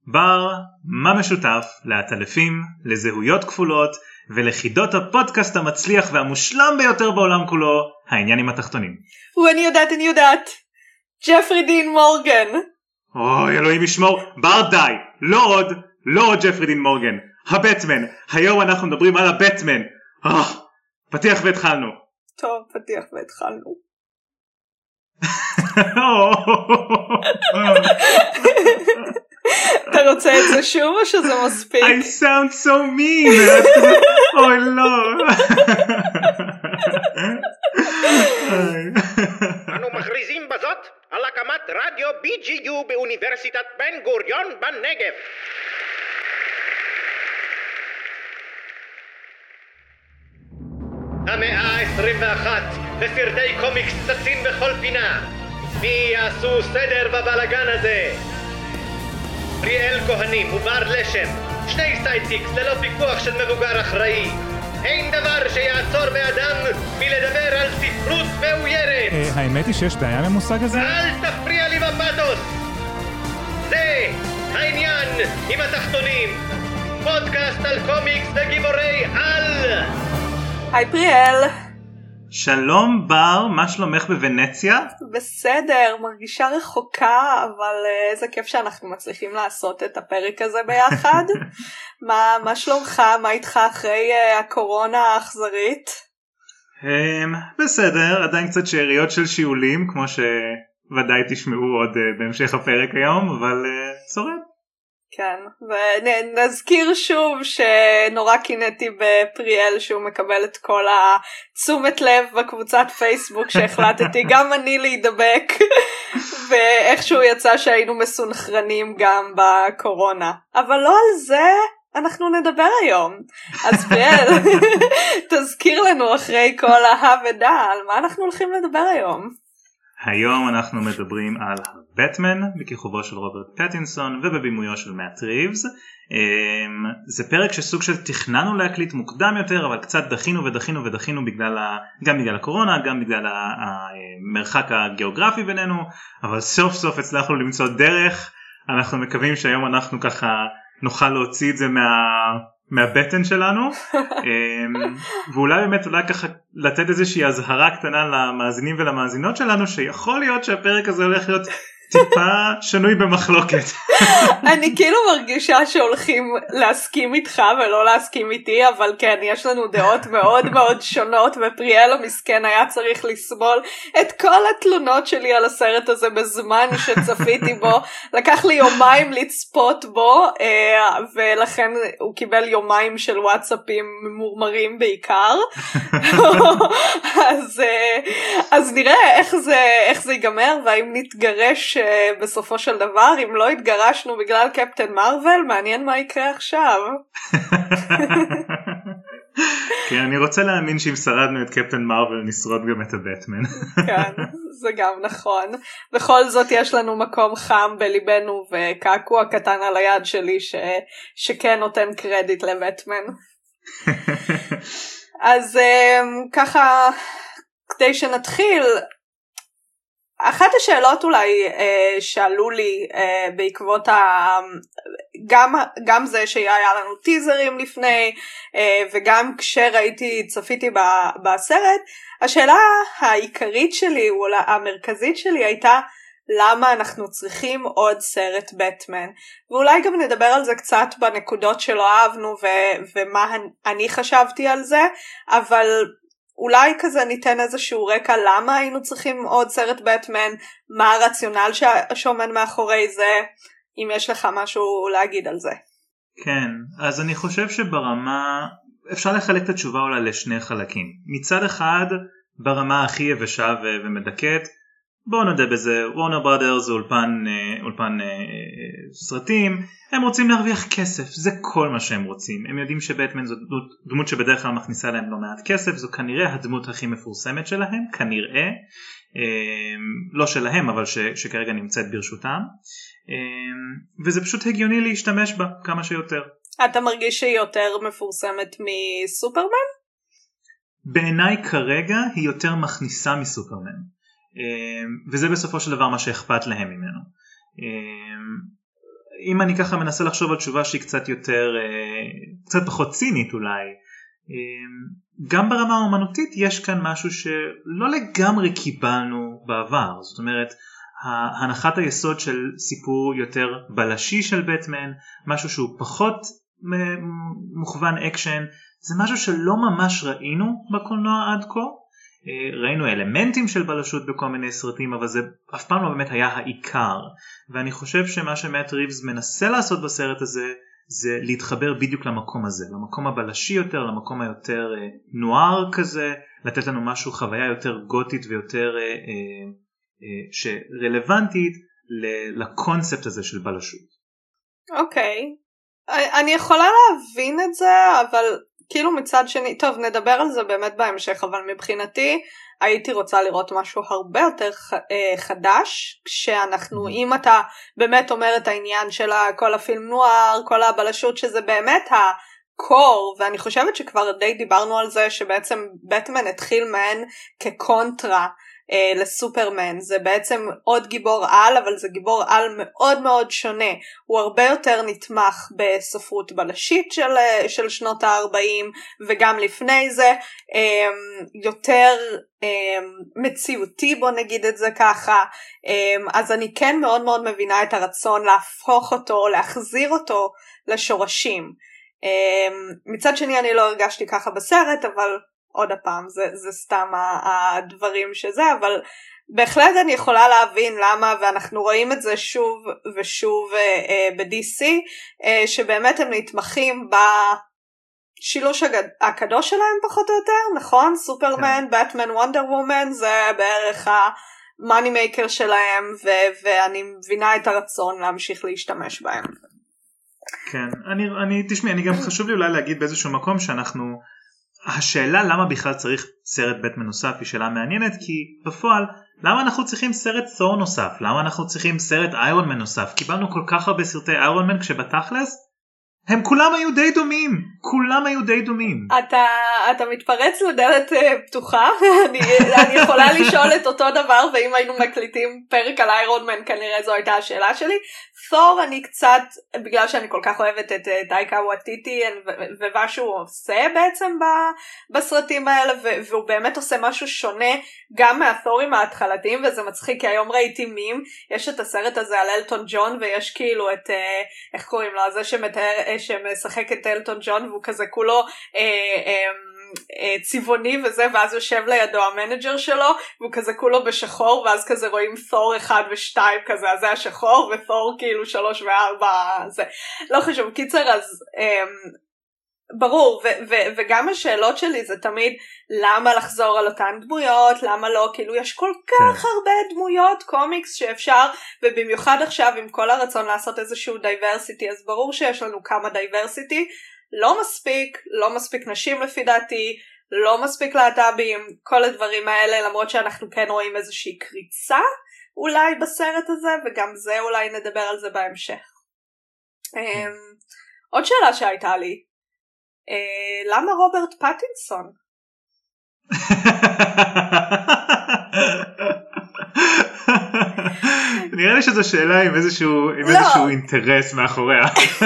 בר, מה משותף לעטלפים, לזהויות כפולות ולחידות הפודקאסט המצליח והמושלם ביותר בעולם כולו, העניינים התחתונים? אני יודעת. ג'פרי דין מורגן. אוי, אלוהים ישמור. בר, די. לא עוד ג'פרי דין מורגן. הבטמן. היום אנחנו מדברים על הבטמן. פתיח והתחלנו. טוב, פתיח והתחלנו. אתה רוצה את זה שוב או שזה מספיק? I sound so mean. אוי לא. אנו מכריזים בזאת על הקמת רדיו BGU באוניברסיטת בן גוריון בנגב. המאה ה-21 וסרטי קומיקס צצים בכל פינה. מי יעשו סדר בבלגן הזה? פריאל כהנים ובר לשם, שני סיידקיקס ללא פיקוח של מבוגר אחראי. אין דבר שיעצור מאדם מלדבר על ספרות מאוירת. האמת היא שיש בעיה ממושג הזה? אל תפריע לי בפאתוס. זה העניין עם התחתונים. פודקאסט על קומיקס וגיבורי על. היי פריאל. שלום בר, מה שלומך בוונציה? בסדר, מרגישה רחוקה, אבל איזה כיף שאנחנו מצליחים לעשות את הפרק הזה ביחד. מה שלומך? מה איתך אחרי הקורונה האכזרית? בסדר, עדיין קצת שאריות של שיעולים, כמו שוודאי תשמעו עוד בהמשך הפרק היום, אבל שורד. כן, ונזכיר שוב שנורא קינאתי בפריאל שהוא מקבל את כל התשומת לב בקבוצת פייסבוק שהחלטתי גם אני להידבק, ואיכשהו יצא שהיינו מסונכרנים גם בקורונה, אבל לא על זה אנחנו נדבר היום. אז פריאל, תזכיר לנו אחרי כל ההבדה על מה אנחנו הולכים לדבר היום. היום אנחנו מדברים על הבטמן בכיכובו של רוברט פטינסון ובבימויו של מאט ריבס. זה פרק שסוג של תכננו להקליט מוקדם יותר, אבל קצת דחינו גם בגלל הקורונה, גם בגלל המרחק הגיאוגרפי בינינו, אבל סוף סוף הצלחנו למצוא דרך. אנחנו מקווים שהיום אנחנו ככה נוכל להוציא את זה מהבטן שלנו, ואולי באמת ככה לתת איזושהי הזהרה קטנה למאזינים ולמאזינות שלנו, שיכול להיות שהפרק הזה הולך להיות טיפה שנוי במחלוקת. אני כאילו מרגישה שהולכים להסכים איתך ולא להסכים איתי, אבל כן, יש לנו דעות מאוד מאוד שונות, ופריאל המסכן היה צריך לסבול את כל התלונות שלי על הסרט הזה בזמן שצפיתי בו. לקח לי יומיים לצפות בו, ולכן הוא קיבל יומיים של וואטסאפים ממורמרים בעיקר. אז נראה איך זה ייגמר, והאם נתגרש בסופו של דבר. אם לא התגרשנו בגלל קפטן מרוול, מעניין מה יקרה עכשיו. כן, אני רוצה להאמין שאם שרדנו את קפטן מרוול נשרוד גם את הבטמן. כן, זה גם נכון. בכל זאת יש לנו מקום חם בליבנו, וקעקוע קטן על היד שלי שכן נותן קרדיט לבטמן. אז ככה, כדי שנתחיל, אחת השאלות אולי שאלו לי בעקבות גם זה שהיה לנו טיזרים לפני, וגם צפיתי בסרט, השאלה העיקרית שלי, או המרכזית שלי, הייתה למה אנחנו צריכים עוד סרט בטמן, ואולי גם נדבר על זה קצת בנקודות שלא אהבנו ומה אני חשבתי על זה, אבל אולי כזה ניתן איזשהו רקע למה היינו צריכים עוד סרט בטמן, מה הרציונל שעומד מאחורי זה, אם יש לך משהו להגיד על זה. כן, אז אני חושב שברמה, אפשר לחלק את התשובה אולי לשני חלקים. מצד אחד, ברמה הכי יבשה ומדכאת, בואו נדע בזה, וורנר ברודרס זה אולפן סרטים, הם רוצים להרוויח כסף, זה כל מה שהם רוצים. הם יודעים שבטמן זו דמות שבדרך כלל מכניסה להם לא מעט כסף, זו כנראה הדמות הכי מפורסמת שלהם, כנראה, לא שלהם אבל שכרגע נמצאת ברשותם, וזה פשוט הגיוני להשתמש בה כמה שיותר. אתה מרגיש שהיא יותר מפורסמת מסופרמן? בעיניי כרגע היא יותר מכניסה מסופרמן. וזה בסופו של דבר מה שאכפת להם ממנו. אם אני ככה מנסה לחשוב על תשובה שהיא קצת יותר, קצת פחות צינית אולי, גם ברמה האומנותית יש כאן משהו שלא לגמרי קיבלנו בעבר. זאת אומרת, הנחת היסוד של סיפור יותר בלשי של בטמן, משהו שהוא פחות מוכוון אקשן, זה משהו שלא ממש ראינו בקולנוע עד כה. ראינו אלמנטים של בלשות בכל מיני סרטים, אבל זה אף פעם לא באמת היה העיקר. ואני חושב שמה שמאט ריבס מנסה לעשות בסרט הזה, זה להתחבר בדיוק למקום הזה, למקום הבלשי יותר, למקום היותר נואר כזה, לתת לנו משהו, חוויה יותר גותית ויותר שרלוונטית לקונספט הזה של בלשות. אוקיי. אני יכולה להבין את זה, אבל כאילו מצד שני, טוב נדבר על זה באמת בהמשך, אבל מבחינתי הייתי רוצה לראות משהו הרבה יותר חדש, כשאנחנו, אם אתה באמת אומר את העניין של כל הפילם נואר, כל הבלשות, שזה באמת הקור, ואני חושבת שכבר די דיברנו על זה, שבעצם בטמן התחיל מהן כקונטרה לסופרמן. זה בעצם עוד גיבור על, אבל זה גיבור על מאוד מאוד שונה. הוא הרבה יותר נתמך בספרות בלשית של שנות ה-40, וגם לפני זה יותר מציאותי, בוא נגיד את זה ככה. אז אני כן מאוד מאוד מבינה את הרצון להפוך אותו, להחזיר אותו לשורשים. מצד שני אני לא הרגשתי ככה בסרט, אבל עוד הפעם, זה סתם הדברים שזה, אבל בהחלט אני יכולה להבין למה, ואנחנו רואים את זה שוב ושוב ב-DC, שבאמת הם נתמכים בשילוש הקדוש שלהם פחות או יותר, נכון? סופרמן, בטמן, וונדר וומן, זה בערך המאני מייקר שלהם, ואני מבינה את הרצון להמשיך להשתמש בהם. כן, תשמעי, אני גם חשוב לי אולי להגיד באיזשהו מקום שאנחנו, השאלה למה בכלל צריך סרט בטמן נוסף היא שאלה מעניינת, כי בפועל למה אנחנו צריכים סרט תור נוסף? למה אנחנו צריכים סרט איירון מן נוסף? קיבלנו כל כך הרבה סרטי איירון מן, כשבתכלס הם כולם היו די דומים, כולם היו די דומים. אתה מתפרץ לדלת פתוחה, אני יכולה לשאול את אותו דבר, ואם היינו מקליטים פרק על איירון מן כנראה זו הייתה השאלה שלי. תור אני קצת, בגלל שאני כל כך אוהבת את טייקה וואטיטי ומה שהוא עושה בעצם בסרטים האלה, והוא באמת עושה משהו שונה גם מהתורים ההתחלתיים, וזה מצחיק כי היום ראיתי מים, יש את הסרט הזה על אלטון ג'ון, ויש כאילו את, איך קוראים לו, זה שמשחק את אלטון ג'ון, והוא כזה כולו צבעוני וזה, ואז יושב לידו המנג'ר שלו, והוא כזה כולו בשחור, ואז כזה רואים תור 1 ו2 כזה, אז זה השחור, ותור כאילו 3 ו4, זה לא חשוב, קיצר, אז ברור, וגם השאלות שלי זה תמיד, למה לחזור על אותן דמויות, למה לא, כאילו יש כל כך הרבה דמויות קומיקס שאפשר, ובמיוחד עכשיו עם כל הרצון לעשות איזשהו דייברסיטי, אז ברור שיש לנו כמה דייברסיטי, לא מספיק נשים לפי דעתי, לא מספיק להט"בים, כל הדברים האלה, למרות שאנחנו כן רואים איזושהי קריצה אולי בסרט הזה, וגם זה אולי נדבר על זה בהמשך. עוד שאלה שהייתה לי, למה רוברט פטינסון? נראה לי שזו שאלה עם איזשהו אינטרס מאחוריה.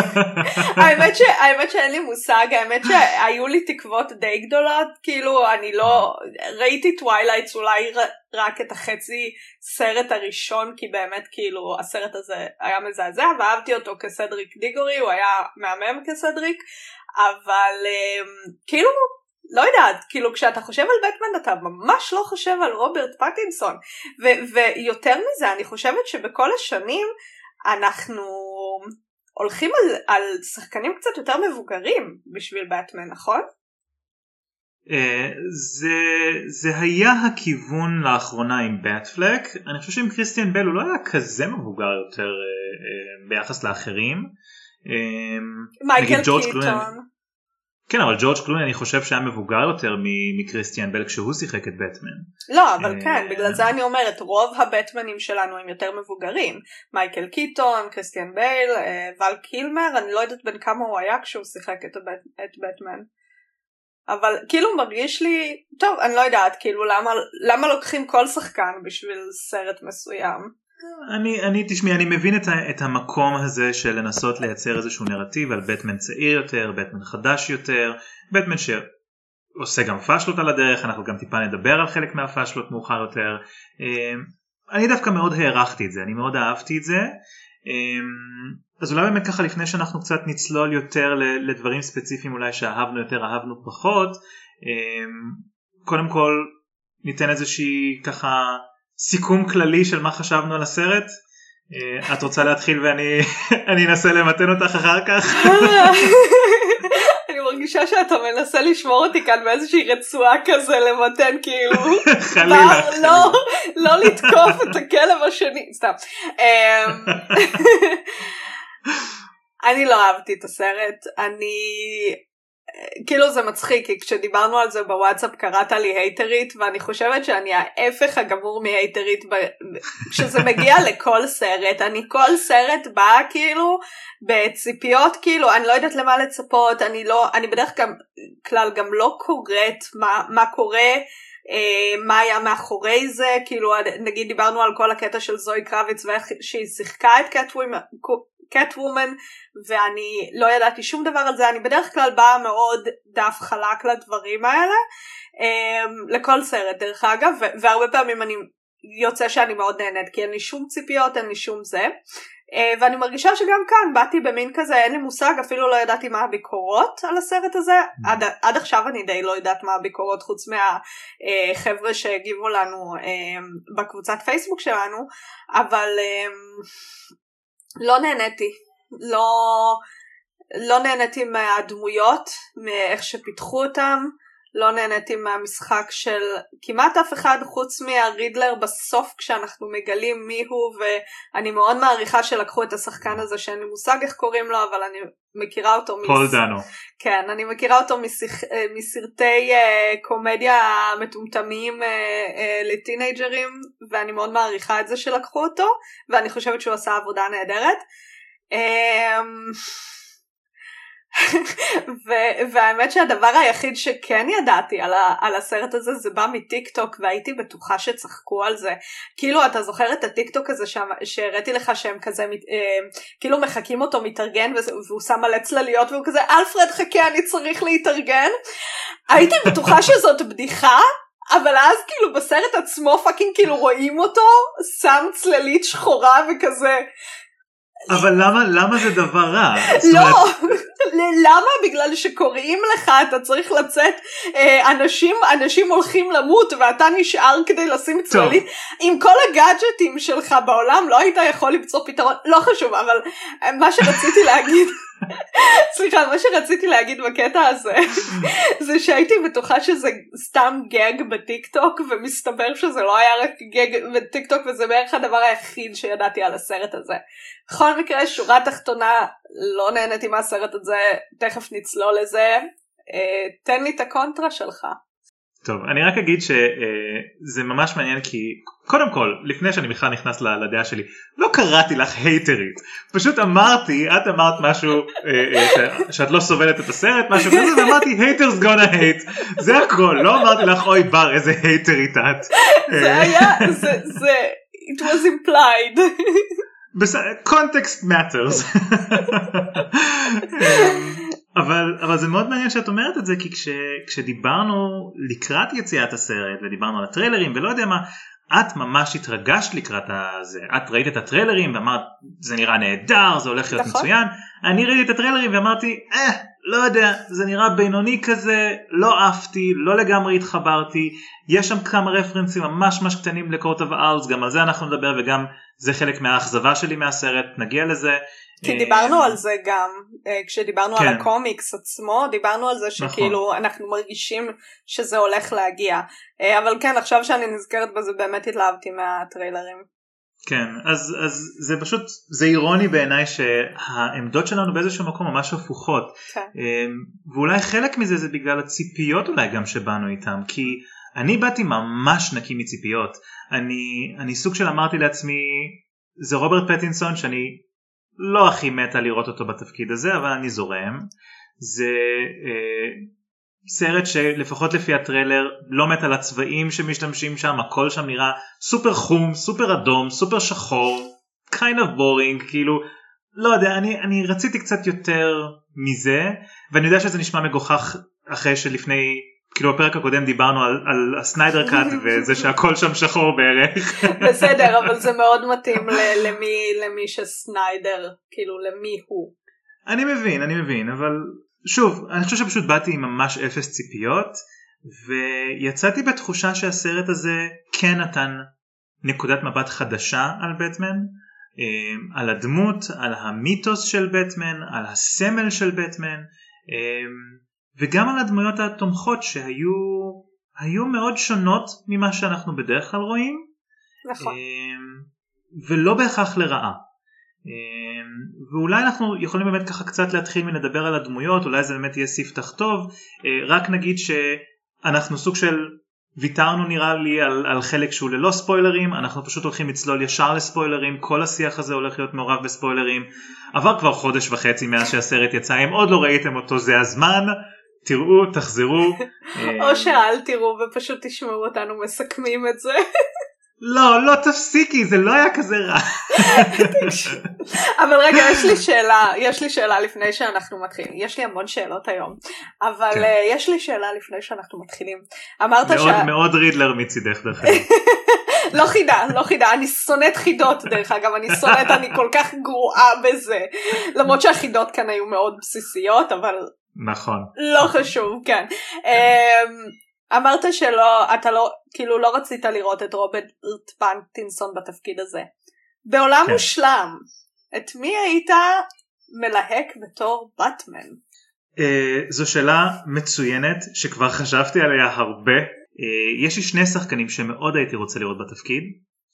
האמת שאין לי מושג, האמת שהיו לי תקוות די גדולות, כאילו אני לא, ראיתי טווילייטס אולי רק את החצי סרט הראשון, כי באמת כאילו הסרט הזה היה מזעזע, ואהבתי אותו כסדריק דיגורי, הוא היה מהמם כסדריק, אבל כאילו לא יודעת, כאילו כשאתה חושב על בטמן אתה ממש לא חושב על רוברט פטינסון, ויותר מזה אני חושבת שבכל השנים אנחנו הולכים על שחקנים קצת יותר מבוגרים בשביל בטמן, נכון? זה היה הכיוון לאחרונה עם באטפלק. אני חושב שעם קריסטיאן בל הוא לא היה כזה מבוגר יותר ביחס לאחרים. מייקל קיטון. כן, אבל ג'ורג' קלוני אני חושב שהיה מבוגר יותר מקריסטיאן בל כשהוא שיחק את בטמן. לא, אבל כן, בגלל זה אני אומרת, רוב הבטמנים שלנו הם יותר מבוגרים. מייקל קיטון, קריסטיאן בל, ול קילמר, אני לא יודעת בין כמה הוא היה כשהוא שיחק את בטמן. אבל כאילו מרגיש לי, טוב, אני לא יודעת, כאילו למה לוקחים כל שחקן בשביל סרט מסוים? תשמעי, אני מבין את המקום הזה של לנסות לייצר איזשהו נרטיב על בטמן צעיר יותר, בטמן חדש יותר, בטמן שעושה גם פשלות על הדרך, אנחנו גם טיפה נדבר על חלק מהפשלות מאוחר יותר. אני דווקא מאוד הערכתי את זה, אני מאוד אהבתי את זה. אז אולי באמת ככה לפני שאנחנו קצת נצלול יותר לדברים ספציפיים אולי שאהבנו יותר, אהבנו פחות, קודם כל ניתן איזושהי ככה סיכום כללי של מה חשבנו על הסרט. את רוצה להתחיל ואני אנסה למתן אותך אחר כך? אני מרגישה שאתה מנסה לשמור אותי כאן באיזושהי רצועה כזה למתן, כאילו חלילה לא לתקוף את הכלב השני, סתם. אני לא אהבתי את הסרט, כאילו זה מצחיק, כי כשדיברנו על זה בוואטסאפ קראת לי הייטרית, ואני חושבת שאני ההפך הגמור מהייטרית כשזה מגיע לכל סרט. אני כל סרט באה כאילו בציפיות, כאילו אני לא יודעת למה לצפות, אני בדרך כלל גם לא קוראת מה קורה, מה היה מאחורי זה, כאילו נגיד דיברנו על כל הקטע של זוי קרביץ ואיך שהיא שיחקה את קטוומן, ואני לא ידעתי שום דבר על זה. אני בדרך כלל באה מאוד דף חלק לדברים האלה, לכל סרט דרך אגב, והרבה פעמים אני יוצא שאני מאוד נהנית, כי אין לי שום ציפיות, אין לי שום זה, ואני מרגישה שגם כאן באתי במין כזה, אין לי מושג, אפילו לא ידעתי מה הביקורות על הסרט הזה, עד עכשיו אני די לא יודעת מה הביקורות, חוץ מהחבר'ה שהגיבו לנו בקבוצת פייסבוק שלנו, אבל לא נהניתי, לא נהניתי מהדמויות, מאיך שפיתחו אותם, לא נהניתי מהמשחק של כמעט אף אחד חוץ מהרידלר בסוף כשאנחנו מגלים מיהו, ואני מאוד מעריכה שלקחו את השחקן הזה שאין לי מושג איך קוראים לו, אבל אני מכירה אותו פול דנו. כן, אני מכירה אותו מסרטי קומדיה מטומטמים לטינג'רים, ואני מאוד מעריכה את זה שלקחו אותו, ואני חושבת שהוא עשה עבודה נהדרת. והאמת שהדבר היחיד שכן ידעתי על הסרט הזה זה בא מטיק טוק, והייתי בטוחה שצחקו על זה. כאילו אתה זוכר את הטיק טוק הזה שהראיתי לך שהם כזה כאילו מחכים אותו מתארגן, והוא שם מלא צלליות והוא כזה אלפרד חכה אני צריך להתארגן. הייתי בטוחה שזאת בדיחה, אבל אז כאילו בסרט עצמו פאקינג כאילו רואים אותו שם צללית שחורה וכזה. אבל למה זה דבר רע? לא, למה? בגלל שקוראים לך, אתה צריך לצאת, אנשים הולכים למות, ואתה נשאר כדי לשים צללית, עם כל הגאדג'טים שלך בעולם, לא היית יכול למצוא פתרון, לא חשוב, אבל מה שרציתי להגיד, סליחה, מה שרציתי להגיד בקטע הזה, זה שהייתי בטוחה שזה סתם גג בטיק טוק, ומסתבר שזה לא היה רק גג בטיק טוק, וזה בערך הדבר היחיד שידעתי על הסרט הזה. בכל מקרה, שורה תחתונה, לא נהניתי מהסרט הזה, תכף נצלול לזה, תן לי את הקונטרה שלך. טוב, אני רק אגיד שזה ממש מעניין, כי קודם כל, לפני שאני בכלל נכנס לדעה שלי, לא קראתי לך הייטרית, פשוט אמרתי, את אמרת משהו שאת לא סובלת את הסרט, משהו כזה, ואמרתי haters gonna hate, זה הכל, לא אמרתי לך אוי בר איזה הייטרית את. זה היה, it was implied. context matters. אבל זה מאוד מעניין שאת אומרת את זה, כי כשדיברנו לקראת יציאת הסרט ודיברנו על הטריילרים ולא יודע מה, את ממש התרגשת לקראת הזה. את ראית את הטריילרים ואמרת זה נראה נהדר, זה הולך להיות מצוין. אני ראיתי את הטריילרים ואמרתי לא יודע, זה נראה בינוני כזה, לא אהבתי, לא לגמרי התחברתי. יש שם כמה רפרנסים ממש קטנים לקורט אוף אאולס, גם על זה אנחנו נדבר, וגם זה חלק מהאכזבה שלי מהסרט, נגיע לזה. כי דיברנו על זה גם, כשדיברנו על הקומיקס עצמו, דיברנו על זה שכאילו אנחנו מרגישים שזה הולך להגיע. אבל כן, עכשיו שאני נזכרת בזה, באמת התלהבתי מהטריילרים. כן, אז זה פשוט, זה אירוני בעיניי שהעמדות שלנו באיזשהו מקום ממש הפוכות. ואולי חלק מזה זה בגלל הציפיות אולי גם שבאנו איתם, כי אני באתי ממש נקי מציפיות. אני סוג של אמרתי לעצמי, זה רוברט פטינסון שאני לא הכי מתה לראות אותו בתפקיד הזה, אבל אני זורם. סרט שלפחות לפי הטריילר לא מת על הצבעים שמשתמשים שם, הכל שם נראה סופר חום, סופר אדום, סופר שחור, kind of boring, כאילו, לא יודע, אני רציתי קצת יותר מזה, ואני יודע שזה נשמע מגוחך אחרי שלפני, כאילו בפרק הקודם דיברנו על הסניידר קאט וזה שהכל שם שחור בערך. בסדר, אבל זה מאוד מתאים למי שסניידר, כאילו למי הוא. אני מבין, אבל שוב, אני חושב שפשוט באתי עם ממש אפס ציפיות, ויצאתי בתחושה שהסרט הזה כן נתן נקודת מבט חדשה על בטמן, על הדמות, על המיתוס של בטמן, על הסמל של בטמן, וגם על הדמויות התומכות שהיו מאוד שונות ממה שאנחנו בדרך כלל רואים. נכון. ולא בהכרח לרעה. ואולי אנחנו יכולים באמת ככה קצת להתחיל מלדבר על הדמויות, אולי זה באמת יהיה ספתח טוב, רק נגיד שאנחנו סוג של ויתרנו נראה לי על חלק שהוא ללא ספוילרים, אנחנו פשוט הולכים לצלול ישר לספוילרים, כל השיח הזה הולך להיות מעורב בספוילרים, עבר כבר חודש וחצי מאז שהסרט יצא, אם עוד לא ראיתם אותו זה הזמן, תראו, תחזרו. או שאל תראו ופשוט תשמעו אותנו מסכמים את זה. לא תפסיקי, זה לא היה כזה רע. אבל רגע, יש לי שאלה לפני שאנחנו מתחילים. יש לי המון שאלות היום, אבל יש לי שאלה לפני שאנחנו מתחילים. אמרת מאוד רידלר מצידך דרך אגב. לא חידה, אני שונאת חידות דרך אגב, אני כל כך גרועה בזה. למרות שהחידות כאן היו מאוד בסיסיות, אבל נכון. לא חשוב, כן. אמרת אתה לא רצית לראות את רוברט פטינסון בתפקיד הזה. בעולם מושלם, את מי היית מלהק בתור בטמן? זו שאלה מצוינת שכבר חשבתי עליה הרבה. יש לי שני שחקנים שמאוד הייתי רוצה לראות בתפקיד.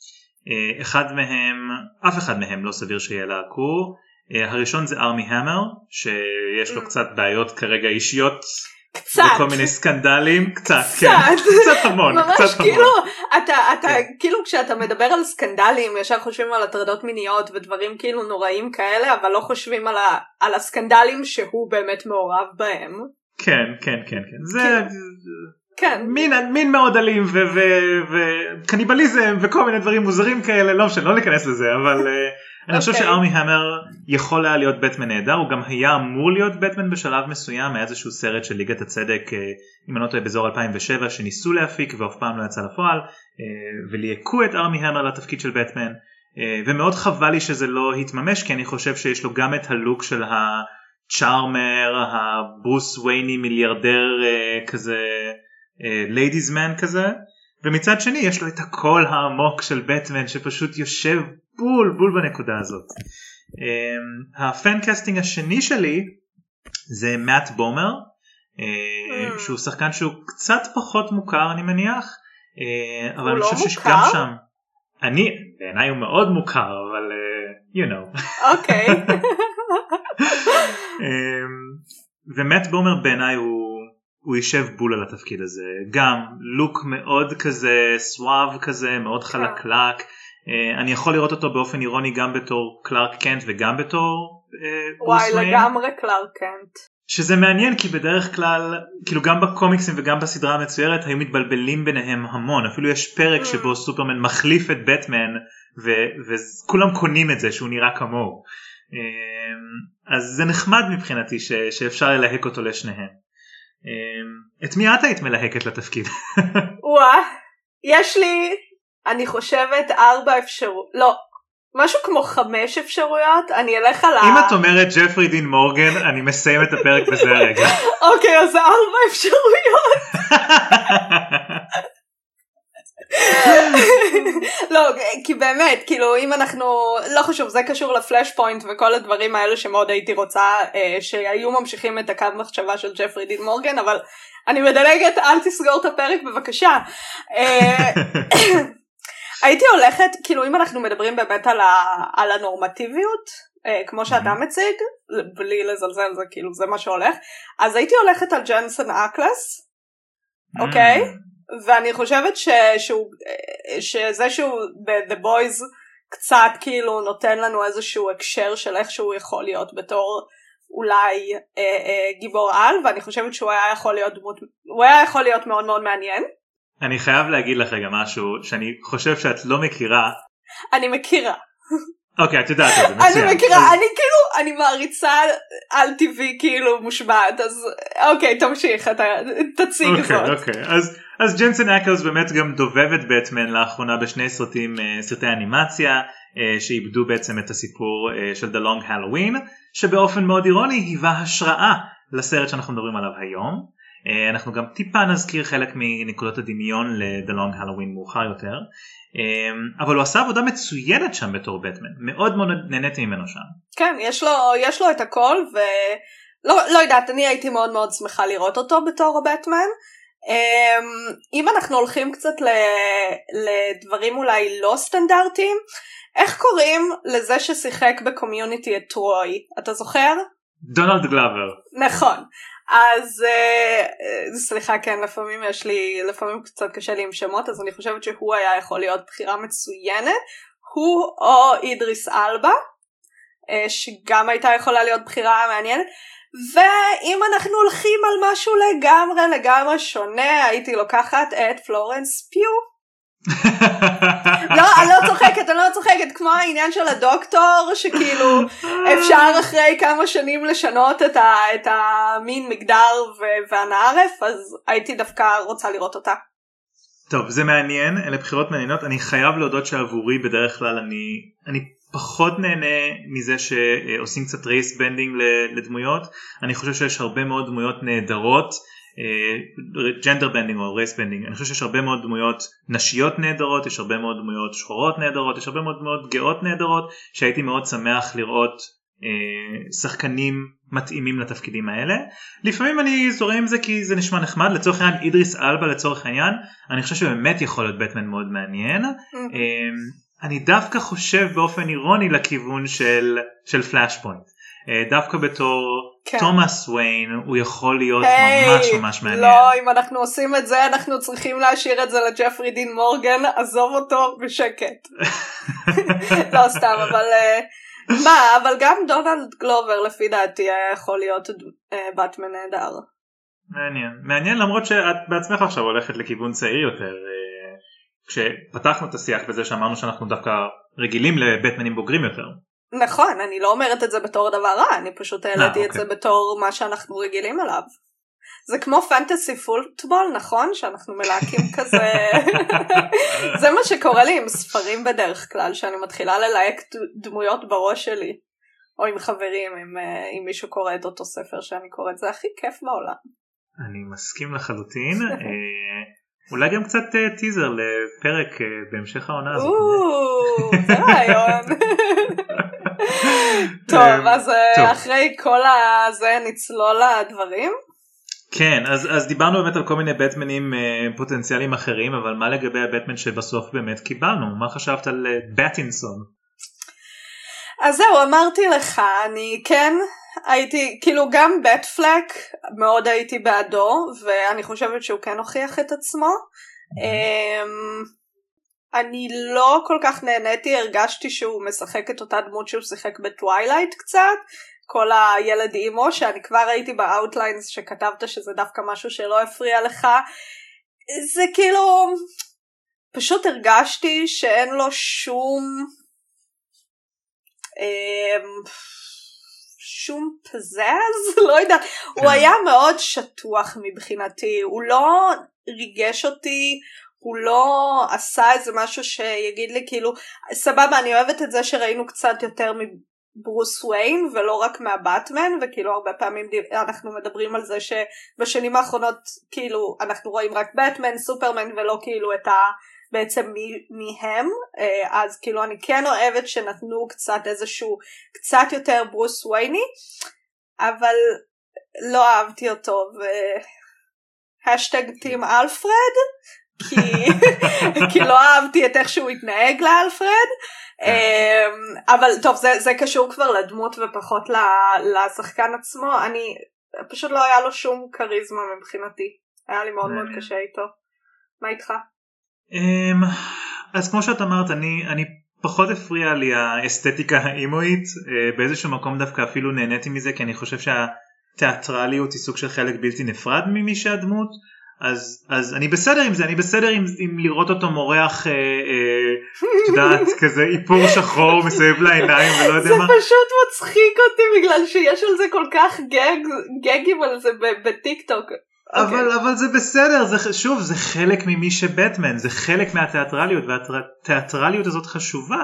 אף אחד מהם לא סביר שיהיה לעקור. הראשון זה ארמי המר, שיש לו קצת בעיות כרגע אישיות, וכל מיני סקנדלים, קצת המון. ממש כאילו, כאילו כשאתה מדבר על סקנדלים, ישר חושבים על הטרדות מיניות ודברים כאילו נוראים כאלה, אבל לא חושבים על הסקנדלים שהוא באמת מעורב בהם. כן. זה מין מאוד אלים וקניבליזם וכל מיני דברים מוזרים כאלה, לא משנה, לא ניכנס לזה, אבל אני חושב שארמי המר יכול היה להיות בטמן נהדר, הוא גם היה אמור להיות בטמן בשלב מסוים, מאיזשהו סרט של ליגת הצדק, אם אני לא טועה באזור 2007, שניסו להפיק ואף פעם לא יצא לפועל, וליהקו את ארמי המר לתפקיד של בטמן, ומאוד חבל לי שזה לא התממש, כי אני חושב שיש לו גם את הלוק של הצ'ארמר, הברוס וייני מיליארדר כזה, ladies man כזה, ומצד שני יש לו את הקול העמוק של בטמן שפשוט יושב בול בנקודה הזאת. הפן-קאסטינג השני שלי זה מאט בומר, שהוא שחקן שהוא קצת פחות מוכר אני מניח, אבל אני חושב שגם שם בעיניי הוא מאוד מוכר, אבל you know. אוקיי. ומאט בומר בעיניי הוא יישב בול על התפקיד הזה, גם לוק מאוד כזה סואב כזה, מאוד חלקלק, אני יכול לראות אותו באופן אירוני גם בתור קלארק קנט וגם בתור ברוס וויין. לגמרי קלארק קנט. שזה מעניין כי בדרך כלל, כאילו גם בקומיקסים וגם בסדרה המצוירת היו מתבלבלים ביניהם המון, אפילו יש פרק שבו סופרמן מחליף את בטמן וכולם קונים את זה שהוא נראה כמוהו, אז זה נחמד מבחינתי שאפשר ללהק אותו לשניהם. את מי את היית מלהקת לתפקיד? יש לי, אני חושבת 4 אפשרויות, לא, משהו כמו 5 אפשרויות, אני אלך על אם את אומרת ג'פרי דין מורגן, אני מסיים את הפרק בזה הרגע. אוקיי, אז 4 אפשרויות. לא, כי באמת, כאילו אם אנחנו, לא חשוב, זה קשור לפלאש פוינט וכל הדברים האלה שמאוד הייתי רוצה שהיו ממשיכים את הקו מחשבה של ג'פרי דין מורגן, אבל אני מדלגת, אל תסגור את הפרק בבקשה. הייתי הולכת, כאילו אם אנחנו מדברים באמת על הנורמטיביות, כמו שאתה מציג, בלי לזלזל, זה כאילו זה מה שהולך, אז הייתי הולכת על ג'נסון אקלס, אוקיי? ואני חושבת שזה שהוא ב-The Boys קצת כאילו נותן לנו איזשהו הקשר של איך שהוא יכול להיות בתור אולי גיבור על, ואני חושבת שהוא היה יכול להיות דמות, הוא היה יכול להיות מאוד מאוד מעניין. אני חייב להגיד לך רגע משהו שאני חושב שאת לא מכירה. אני מכירה. אוקיי, את יודעת את זה, מצוין. אני מכירה, אני כאילו, אני מעריצה על טבעי כאילו מושבעת, אז אוקיי, תמשיך, תציג זאת. אוקיי, אז ג'נסן אקלס באמת גם דובבת בטמן לאחרונה בשני סרטי אנימציה, שאיבדו בעצם את הסיפור של The Long Halloween, שבאופן מאוד אירוני היווה השראה לסרט שאנחנו מדברים עליו היום. אנחנו גם טיפה נזכיר חלק מנקודות הדמיון ל-The Long Halloween מאוחר יותר, אבל הוא עשה עבודה מצוינת שם בתור בטמן, מאוד מאוד נהניתי ממנו שם. כן, יש לו את הכל, ולא יודעת, אני הייתי מאוד מאוד שמחה לראות אותו בתור הבטמן. אם אנחנו הולכים קצת לדברים אולי לא סטנדרטיים, איך קוראים לזה ששיחק בקומיוניטי את טרוי? אתה זוכר? דונלד גלאבר. נכון. אז סליחה, כן, לפעמים קצת קשה לי עם שמות, אז אני חושבת שהוא היה יכול להיות בחירה מצוינת, הוא או אידריס אלבה, שגם הייתה יכולה להיות בחירה מעניינת. ואם אנחנו הולכים על משהו לגמרי שונה, הייתי לוקחת את פלורנס פיו. לא, אני לא צוחקת, כמו העניין של הדוקטור, שכאילו אפשר אחרי כמה שנים לשנות את המין מגדר והנערף, אז הייתי דווקא רוצה לראות אותה. טוב, זה מעניין, אלה בחירות מעניינות. אני חייב להודות שעבורי בדרך כלל אני פחות נהנה מזה שעושים קצת רייס בנדינג לדמויות. אני חושב שיש הרבה מאוד דמויות נהדרות, ג'נדר בנדינג או רייס בנדינג. אני חושב שיש הרבה מאוד דמויות נשיות נהדרות, יש הרבה מאוד דמויות שחורות נהדרות, יש הרבה מאוד דמויות גאות נהדרות, שהייתי מאוד שמח לראות שחקנים מתאימים לתפקידים האלה. לפעמים אני זורם עם זה כי זה נשמע נחמד. לצורך העניין אידריס אלבה, לצורך העניין אני חושב שבאמת יכול להיות בטמן מאוד מעניין. אני דווקא חושב באופן אירוני לכיוון של פלאשפוינט, דווקא בתור תומאס וויין הוא יכול להיות ממש מעניין. לא, אם אנחנו עושים את זה אנחנו צריכים להשאיר את זה לג'פרי דין מורגן, עזוב אותו בשקט. לא סתם, אבל גם דונלד גלובר לפי דעתי היה יכול להיות באטמן נהדר. מעניין, למרות שאת בעצמך עכשיו הולכת לכיוון צעיר יותר, כשפתחנו את השיח בזה שאמרנו שאנחנו דווקא רגילים לבטמנים בוגרים יותר. נכון, אני לא אומרת את זה בתור דבר רע, אני פשוט העליתי את זה בתור מה שאנחנו רגילים עליו. זה כמו פנטסי פוטבול, נכון? שאנחנו מלהקים כזה. זה מה שקורה לי עם ספרים בדרך כלל, שאני מתחילה ללהק דמויות בראש שלי, או עם חברים, אם מישהו קורא את אותו ספר שאני קוראת, זה הכי כיף בעולם. אני מסכים לחלוטין. אולי גם קצת טיזר לפרק בהמשך העונה הזאת. זה רעיון. טוב, אז אחרי כל הזה נצלול לדברים. כן, אז דיברנו באמת על כל מיני בטמנים פוטנציאליים אחרים, אבל מה לגבי הבטמן שבסוף באמת קיבלנו? מה חשבת על בטינסון? אז זהו, אמרתי לך, אני כן הייתי, כאילו גם בטפלק מאוד הייתי בעדו, ואני חושבת שהוא כן הוכיח את עצמו. אני לא כל כך נהניתי, הרגשתי שהוא משחק את אותה דמות שהוא שיחק בטווילייט קצת, כל הילד אימו, שאני כבר ראיתי באוטליינס שכתבת שזה דווקא משהו שלא הפריע לך. זה כאילו, פשוט הרגשתי שאין לו שום פזז, לא יודע, הוא היה מאוד שטוח מבחינתי, הוא לא ריגש אותי, הוא לא עשה איזה משהו שיגיד לי כאילו, סבבה, אני אוהבת את זה שראינו קצת יותר מברוס וויין ולא רק מהבטמן, וכאילו הרבה פעמים אנחנו מדברים על זה שבשנים האחרונות כאילו אנחנו רואים רק בטמן, סופרמן ולא כאילו את בעצם מהם, אז כאילו אני כן אוהבת שנתנו קצת איזשהו, קצת יותר ברוס ווייני, אבל לא אהבתי אותו, והשטג טים אלפרד, כי לא אהבתי את איך שהוא התנהג לאלפרד, אבל טוב, זה קשור כבר לדמות ופחות לשחקן עצמו. אני פשוט לא היה לו שום קריזמה מבחינתי, היה לי מאוד מאוד קשה איתו. מה איתך? אז כמו שאת אמרת, אני פחות הפריע לי האסתטיקה האימואית, באיזשהו מקום דווקא אפילו נהניתי מזה, כי אני חושב שהתיאטרליות היא סוג של חלק בלתי נפרד ממי שהדמות, אז אני בסדר עם זה, אני בסדר עם לראות אותו מורח, יודעת, כזה איפור שחור מסביב לעיניים ולא יודע מה. זה פשוט מצחיק אותי בגלל שיש על זה כל כך גגים על זה בטיק טוק. אבל זה בסדר, שוב, זה חלק ממי שבטמן, זה חלק מהתיאטרליות, והתיאטרליות הזאת חשובה.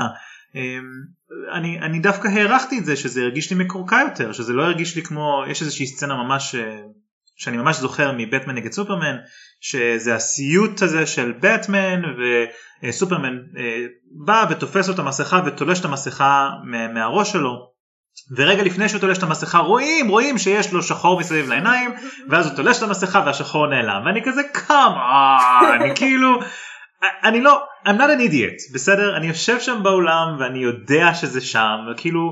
אני דווקא הערכתי את זה, שזה הרגיש לי מקורקע יותר, שזה לא הרגיש לי כמו, יש איזושהי סצנה ממש, שאני ממש זוכר מבטמן נגד סופרמן, שזה הסיוט הזה של בטמן, וסופרמן בא ותופס לו את המסכה ותולש את המסכה מהראש שלו, ורגע לפני שהוא תולש את המסכה רואים שיש לו שחור מסביב לעיניים, ואז הוא תולש את המסכה והשחור נעלם, ואני כזה אני כאילו, אני לא, I'm not an idiot, בסדר? אני יושב שם באולם ואני יודע שזה שם, וכאילו,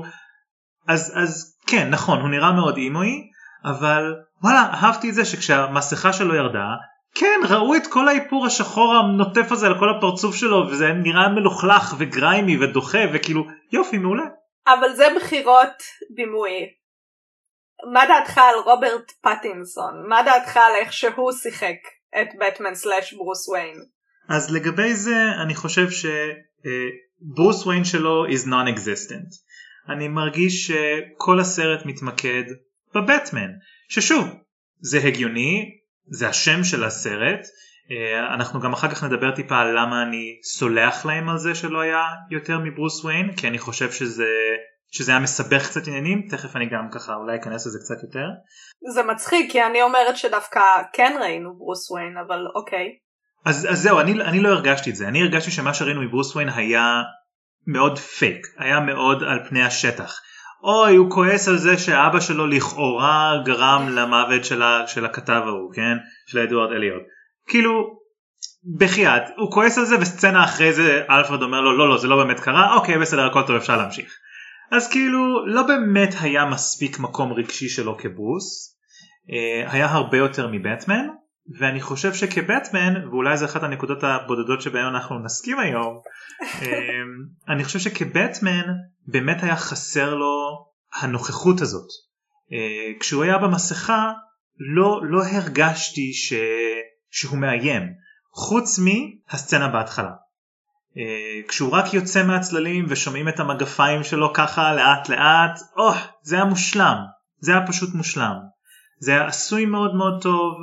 אז כן, נכון, הוא נראה מאוד אימוי, אבל וואלה, אהבתי את זה שכשהמסכה שלו ירדה, כן, ראו את כל האיפור השחור הנוטף הזה על כל הפרצוף שלו, וזה נראה מלוכלך וגריימי ודוחה, וכאילו, יופי, מעולה. אבל זה בחירות בימוי. מה דעתך על רוברט פטינסון? מה דעתך על איך שהוא שיחק את בטמן סלאש ברוס וויין? אז לגבי זה אני חושב שברוס וויין שלו is non-existent. אני מרגיש שכל הסרט מתמקד בבטמן, ששוב, זה הגיוני, זה השם של הסרט, אנחנו גם אחר כך נדבר טיפה על למה אני סולח להם על זה שלא היה יותר מברוס וויין, כי אני חושב שזה היה מסבך קצת עניינים, תכף אני גם ככה אולי אכנס לזה קצת יותר. זה מצחיק, כי אני אומרת שדווקא כן ראינו ברוס וויין, אבל אוקיי. אז זהו, אני לא הרגשתי את זה, אני הרגשתי שמה שראינו מברוס וויין היה מאוד פייק, היה מאוד על פני השטח. אוי, הוא כועס על זה שאבא שלו לכאורה גרם למוות של הכתב ההוא, כן? של אדוארד אליוט. כאילו, בחייאת, הוא כועס על זה, וסצנה אחרי זה אלפרד אומר לו, לא, זה לא באמת קרה, אוקיי, בסדר, הכל טוב, אפשר להמשיך. אז כאילו, לא באמת היה מספיק מקום רגשי שלו כברוס, היה הרבה יותר מבטמן, ואני חושב שכבטמן, ואולי זה אחת הנקודות הבודדות שבהן אנחנו נסכים היום, אני חושב שכבטמן באמת היה חסר לו הנוכחות הזאת. כשהוא היה במסכה, לא הרגשתי שהוא מאיים, חוץ מהסצנה בהתחלה. כשהוא רק יוצא מהצללים ושומעים את המגפיים שלו ככה לאט לאט, זה היה מושלם, זה היה פשוט מושלם. זה היה עשוי מאוד מאוד טוב,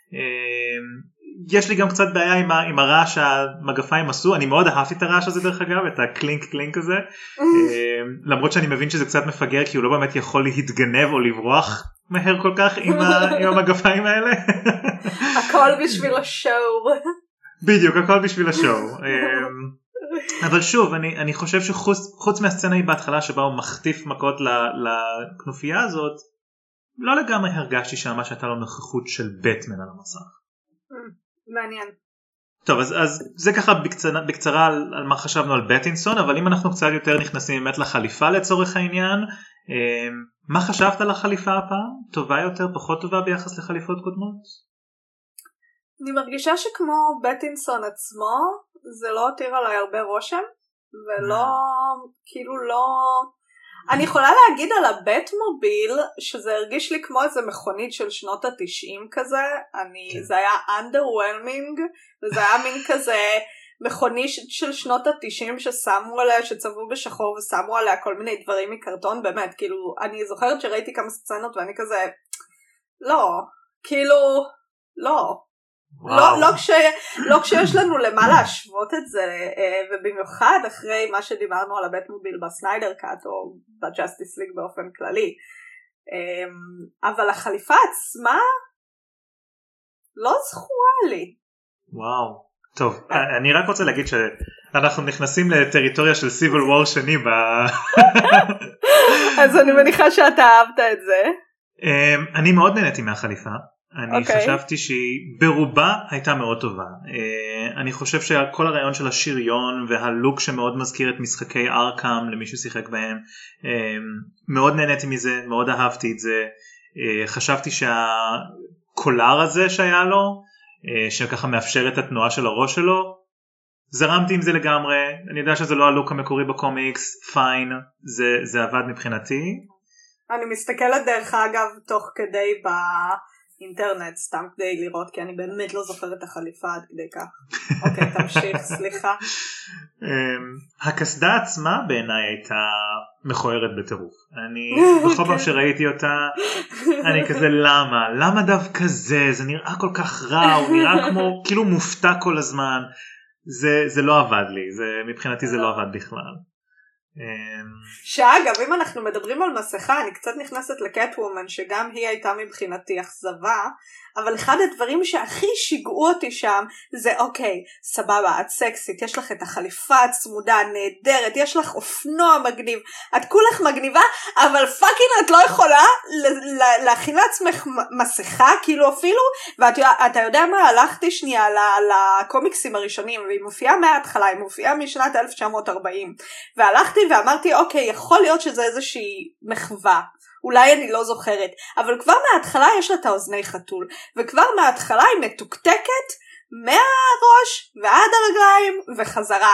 יש לי גם קצת בעיה עם הרעש שהמגפיים עשו, אני מאוד אהבתי את הרעש הזה דרך אגב, את הקלינק קלינק הזה, למרות שאני מבין שזה קצת מפגר כי הוא לא באמת יכול להתגנב או לברוח מהר כל כך עם המגפיים האלה. הכל בשביל השואו. בדיוק, הכל בשביל השואו. אבל שוב, אני חושב שחוץ מהסצנה היא בהתחלה שבה הוא מחטיף מכות לכנופיה הזאת, לא לגמרי הרגשתי שממש הייתה לו נוכחות של בטמן על המסך. מעניין. טוב, אז זה ככה בקצרה על מה חשבנו על בטינסון, אבל אם אנחנו קצת יותר נכנסים באמת לחליפה לצורך העניין, מה חשבת על החליפה הפעם? טובה יותר, פחות טובה ביחס לחליפות קודמות? אני מרגישה שכמו בטינסון עצמו, זה לא הותיר עליי הרבה רושם, ולא, כאילו לא... אני יכולה להגיד על הבטמוביל שזה הרגיש לי כמו איזה מכונית של שנות ה-90 כזה, זה היה underwhelming, וזה היה מין כזה מכונית של שנות ה-90 ששמו עליה, שצבעו בשחור ושמו עליה כל מיני דברים מקרטון, באמת, כאילו, אני זוכרת שראיתי כמה סצנות ואני כזה, לא, כאילו, לא. לא כשיש לנו למה להשוות את זה, ובמיוחד אחרי מה שדיברנו על הבטמוביל בסניידר קאט או בג'סטיס ליג באופן כללי, אבל החליפה עצמה לא זכורה לי. וואו, טוב, אני רק רוצה להגיד שאנחנו נכנסים לטריטוריה של סיביל וור שני אז אני מניחה שאתה אהבת את זה. אני מאוד נהניתי מהחליפה, אני חשבתי שהיא ברובה הייתה מאוד טובה. אני חושב שכל הרעיון של השריון והלוק שמאוד מזכיר את משחקי ארקאם למי ששיחק בהם, מאוד נהניתי מזה, מאוד אהבתי את זה. חשבתי שהקולר הזה שהיה לו, שככה מאפשר את התנועה של הראש שלו, זרמתי עם זה לגמרי, אני יודע שזה לא הלוק המקורי בקומיקס, פיין, זה עבד מבחינתי. אני מסתכלת דרך אגב תוך כדי באינטרנט, סתם כדי לראות, כי אני באמת לא זוכרת את החליפה עד כדי כך. אוקיי, תמשיך, סליחה. הקסדה עצמה בעיניי הייתה מכוערת בטירוף. אני בכל פעם שראיתי אותה, אני כזה למה דווקא זה נראה כל כך רע, הוא נראה כמו כאילו מופתע כל הזמן. זה לא עבד לי, מבחינתי זה לא עבד בכלל. שאגב, אם אנחנו מדברים על מסכה, אני קצת נכנסת לקטוומן, שגם היא הייתה מבחינתי אכזבה, אבל אחד הדברים שהכי שיגעו אותי שם, זה אוקיי, סבבה, את סקסית, יש לך את החליפה הצמודה, נהדרת, יש לך אופנוע מגניב, את כולך מגניבה, אבל פאקינג את לא יכולה להכין לעצמך מסכה, כאילו אפילו, ואתה יודע מה, הלכתי שנייה לקומיקסים הראשונים, והיא מופיעה מההתחלה, היא מופיעה משנת 1940, והלכתי ואמרתי, אוקיי, יכול להיות שזה איזושהי מחווה, אולי אני לא זוכרת, אבל כבר מההתחלה יש לה את האוזני חתול, וכבר מההתחלה היא מתוקתקת מהראש ועד הרגליים וחזרה,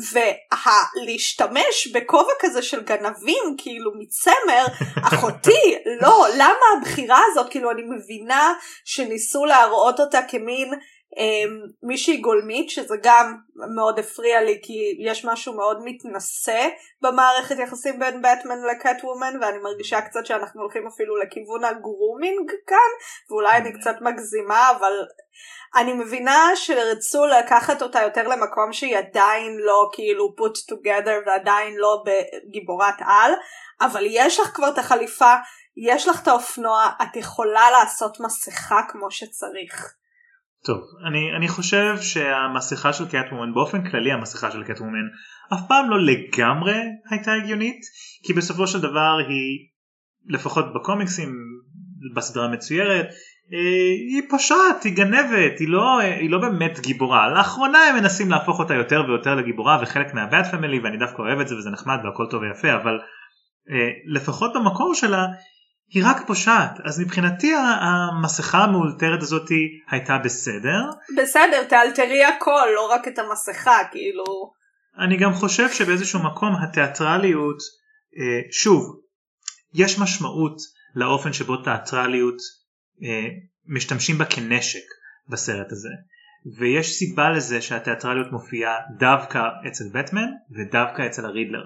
ולהשתמש בכובע כזה של גנבים, כאילו מצמר, אחותי, לא, למה הבחירה הזאת, כאילו אני מבינה שניסו להראות אותה כמין מישהי גולמית, שזה גם מאוד הפריע לי, כי יש משהו מאוד מתנשא במערכת יחסים בין בטמן לקטוומן, ואני מרגישה קצת שאנחנו הולכים אפילו לכיוון הגרומינג כאן, ואולי אני קצת מגזימה, אבל אני מבינה שרצו לקחת אותה יותר למקום שהיא עדיין לא כאילו put together, ועדיין לא בגיבורת על, אבל יש לך כבר את החליפה, יש לך את האופנוע, את יכולה לעשות מסכה כמו שצריך. טוב, אני חושב שהמסכה של קטוומן, באופן כללי המסכה של קטוומן, אף פעם לא לגמרי הייתה הגיונית, כי בסופו של דבר היא, לפחות בקומיקסים, בסדרה מצוירת, היא פושעת, היא גנבת, היא לא באמת גיבורה. לאחרונה הם מנסים להפוך אותה יותר ויותר לגיבורה, וחלק מהבאט פמילי, ואני דווקא אוהב את זה וזה נחמד והכל טוב ויפה, אבל לפחות במקור שלה, היא רק פושעת. אז מבחינתי המסכה המאולתרת הזאת הייתה בסדר. בסדר, תאלתרי הכל, לא רק את המסכה, כאילו. אני גם חושב שבאיזשהו מקום התיאטרליות, שוב, יש משמעות לאופן שבו תיאטרליות משתמשים בה כנשק בסרט הזה. ויש סיבה לזה שהתיאטרליות מופיעה דווקא אצל בטמן ודווקא אצל הרידלר.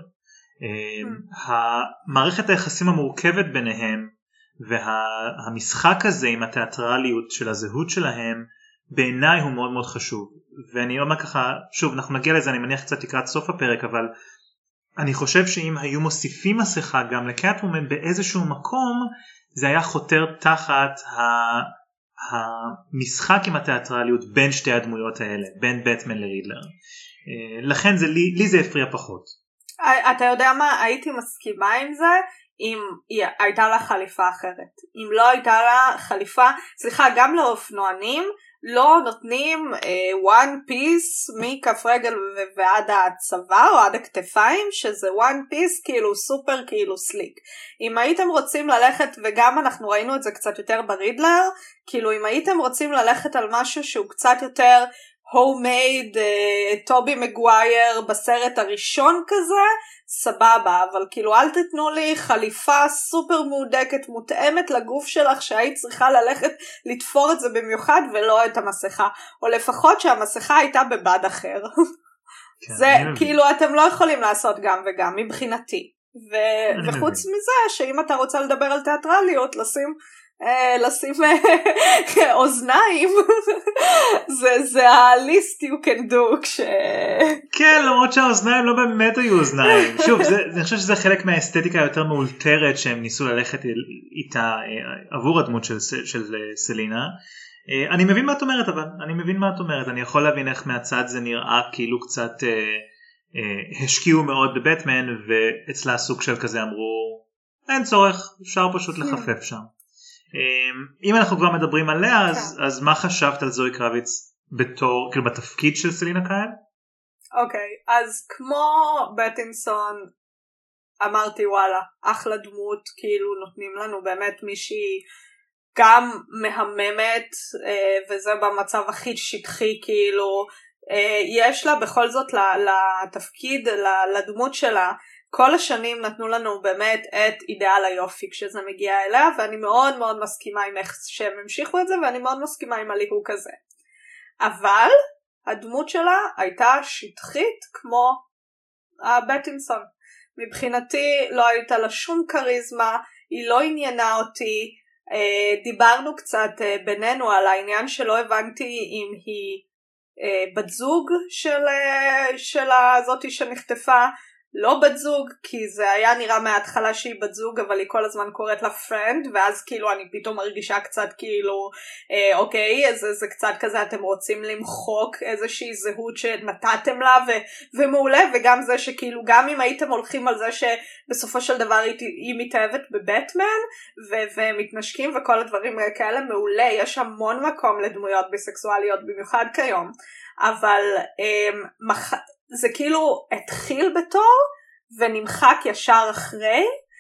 המערכת היחסים המורכבת ביניהם והמשחק הזה עם התיאטרליות של הזהות שלהם בעיניי הוא מאוד מאוד חשוב. ואני אומר ככה, שוב אנחנו נגיע לזה אני מניח קצת לקראת סוף הפרק, אבל אני חושב שאם היו מוסיפים מסכה גם לקטוומן באיזשהו מקום, זה היה חותר תחת המשחק עם התיאטרליות בין שתי הדמויות האלה, בין בטמן לרידלר. לכן לי זה הפריע פחות. אתה יודע מה, הייתי מסכימה עם זה אם הייתה לה חליפה אחרת. אם לא הייתה לה חליפה, סליחה, גם לאופנוענים לא נותנים one piece מכף רגל ועד הצוואר או עד הכתפיים, שזה one piece כאילו סופר כאילו סליק. אם הייתם רוצים ללכת, וגם אנחנו ראינו את זה קצת יותר ברידלר, כאילו אם הייתם רוצים ללכת על משהו שהוא קצת יותר homemade, טובי מגווייר בסרט הראשון כזה, סבבה, אבל כאילו אל תתנו לי חליפה סופר מהודקת, מותאמת לגוף שלך, שהיית צריכה ללכת לתפור את זה במיוחד ולא את המסכה, או לפחות שהמסכה הייתה בבד אחר. זה כאילו אתם לא יכולים לעשות גם וגם מבחינתי. וחוץ מזה שאם אתה רוצה לדבר על תיאטרליות, לשים אוזניים, זה ה-least you can do כן, למרות שהאוזניים לא באמת היו אוזניים. שוב, אני חושב שזה חלק מהאסתטיקה היותר מאולתרת שהם ניסו ללכת איתה עבור הדמות של סלינה. אני מבין מה את אומרת, אבל אני יכול להבין איך מהצד זה נראה כאילו קצת השקיעו מאוד בבטמן, ואצלה הסוג של כזה אמרו אין צורך, אפשר פשוט לחפף שם. אם אנחנו כבר מדברים עליה, אז מה חשבת על זוהי קרביץ בתור, כאילו בתפקיד של סלינה קיל? אוקיי, אז כמו בטינסון אמרתי וואלה, אחלה דמות, כאילו נותנים לנו באמת מישהי גם מהממת, וזה במצב הכי שטחי, כאילו יש לה בכל זאת לתפקיד, לדמות שלה, כל השנים נתנו לנו באמת את אידאל היופי כשזה מגיע אליה, ואני מאוד מאוד מסכימה עם איך שהם המשיכו את זה, ואני מאוד מסכימה עם הליהוק הזה. אבל הדמות שלה הייתה שטחית כמו בטינסון. מבחינתי לא הייתה לה שום קריזמה, היא לא עניינה אותי, דיברנו קצת בינינו על העניין שלא הבנתי אם היא בת זוג של הזאתי שנחטפה, לא בת זוג, כי זה היה נראה מההתחלה שהיא בת זוג, אבל היא כל הזמן קוראת לה פרנד, ואז כאילו אני פתאום מרגישה קצת כאילו, אוקיי, זה קצת כזה, אתם רוצים למחוק איזושהי זהות שנתתם לה, ומעולה, וגם זה שכאילו, גם אם הייתם הולכים על זה שבסופו של דבר היא מתאהבת בבטמן, ומתנשקים וכל הדברים כאלה, מעולה, יש המון מקום לדמויות ביסקסואליות, במיוחד כיום, אבל זה כאילו התחיל בתור ונמחק ישר אחרי,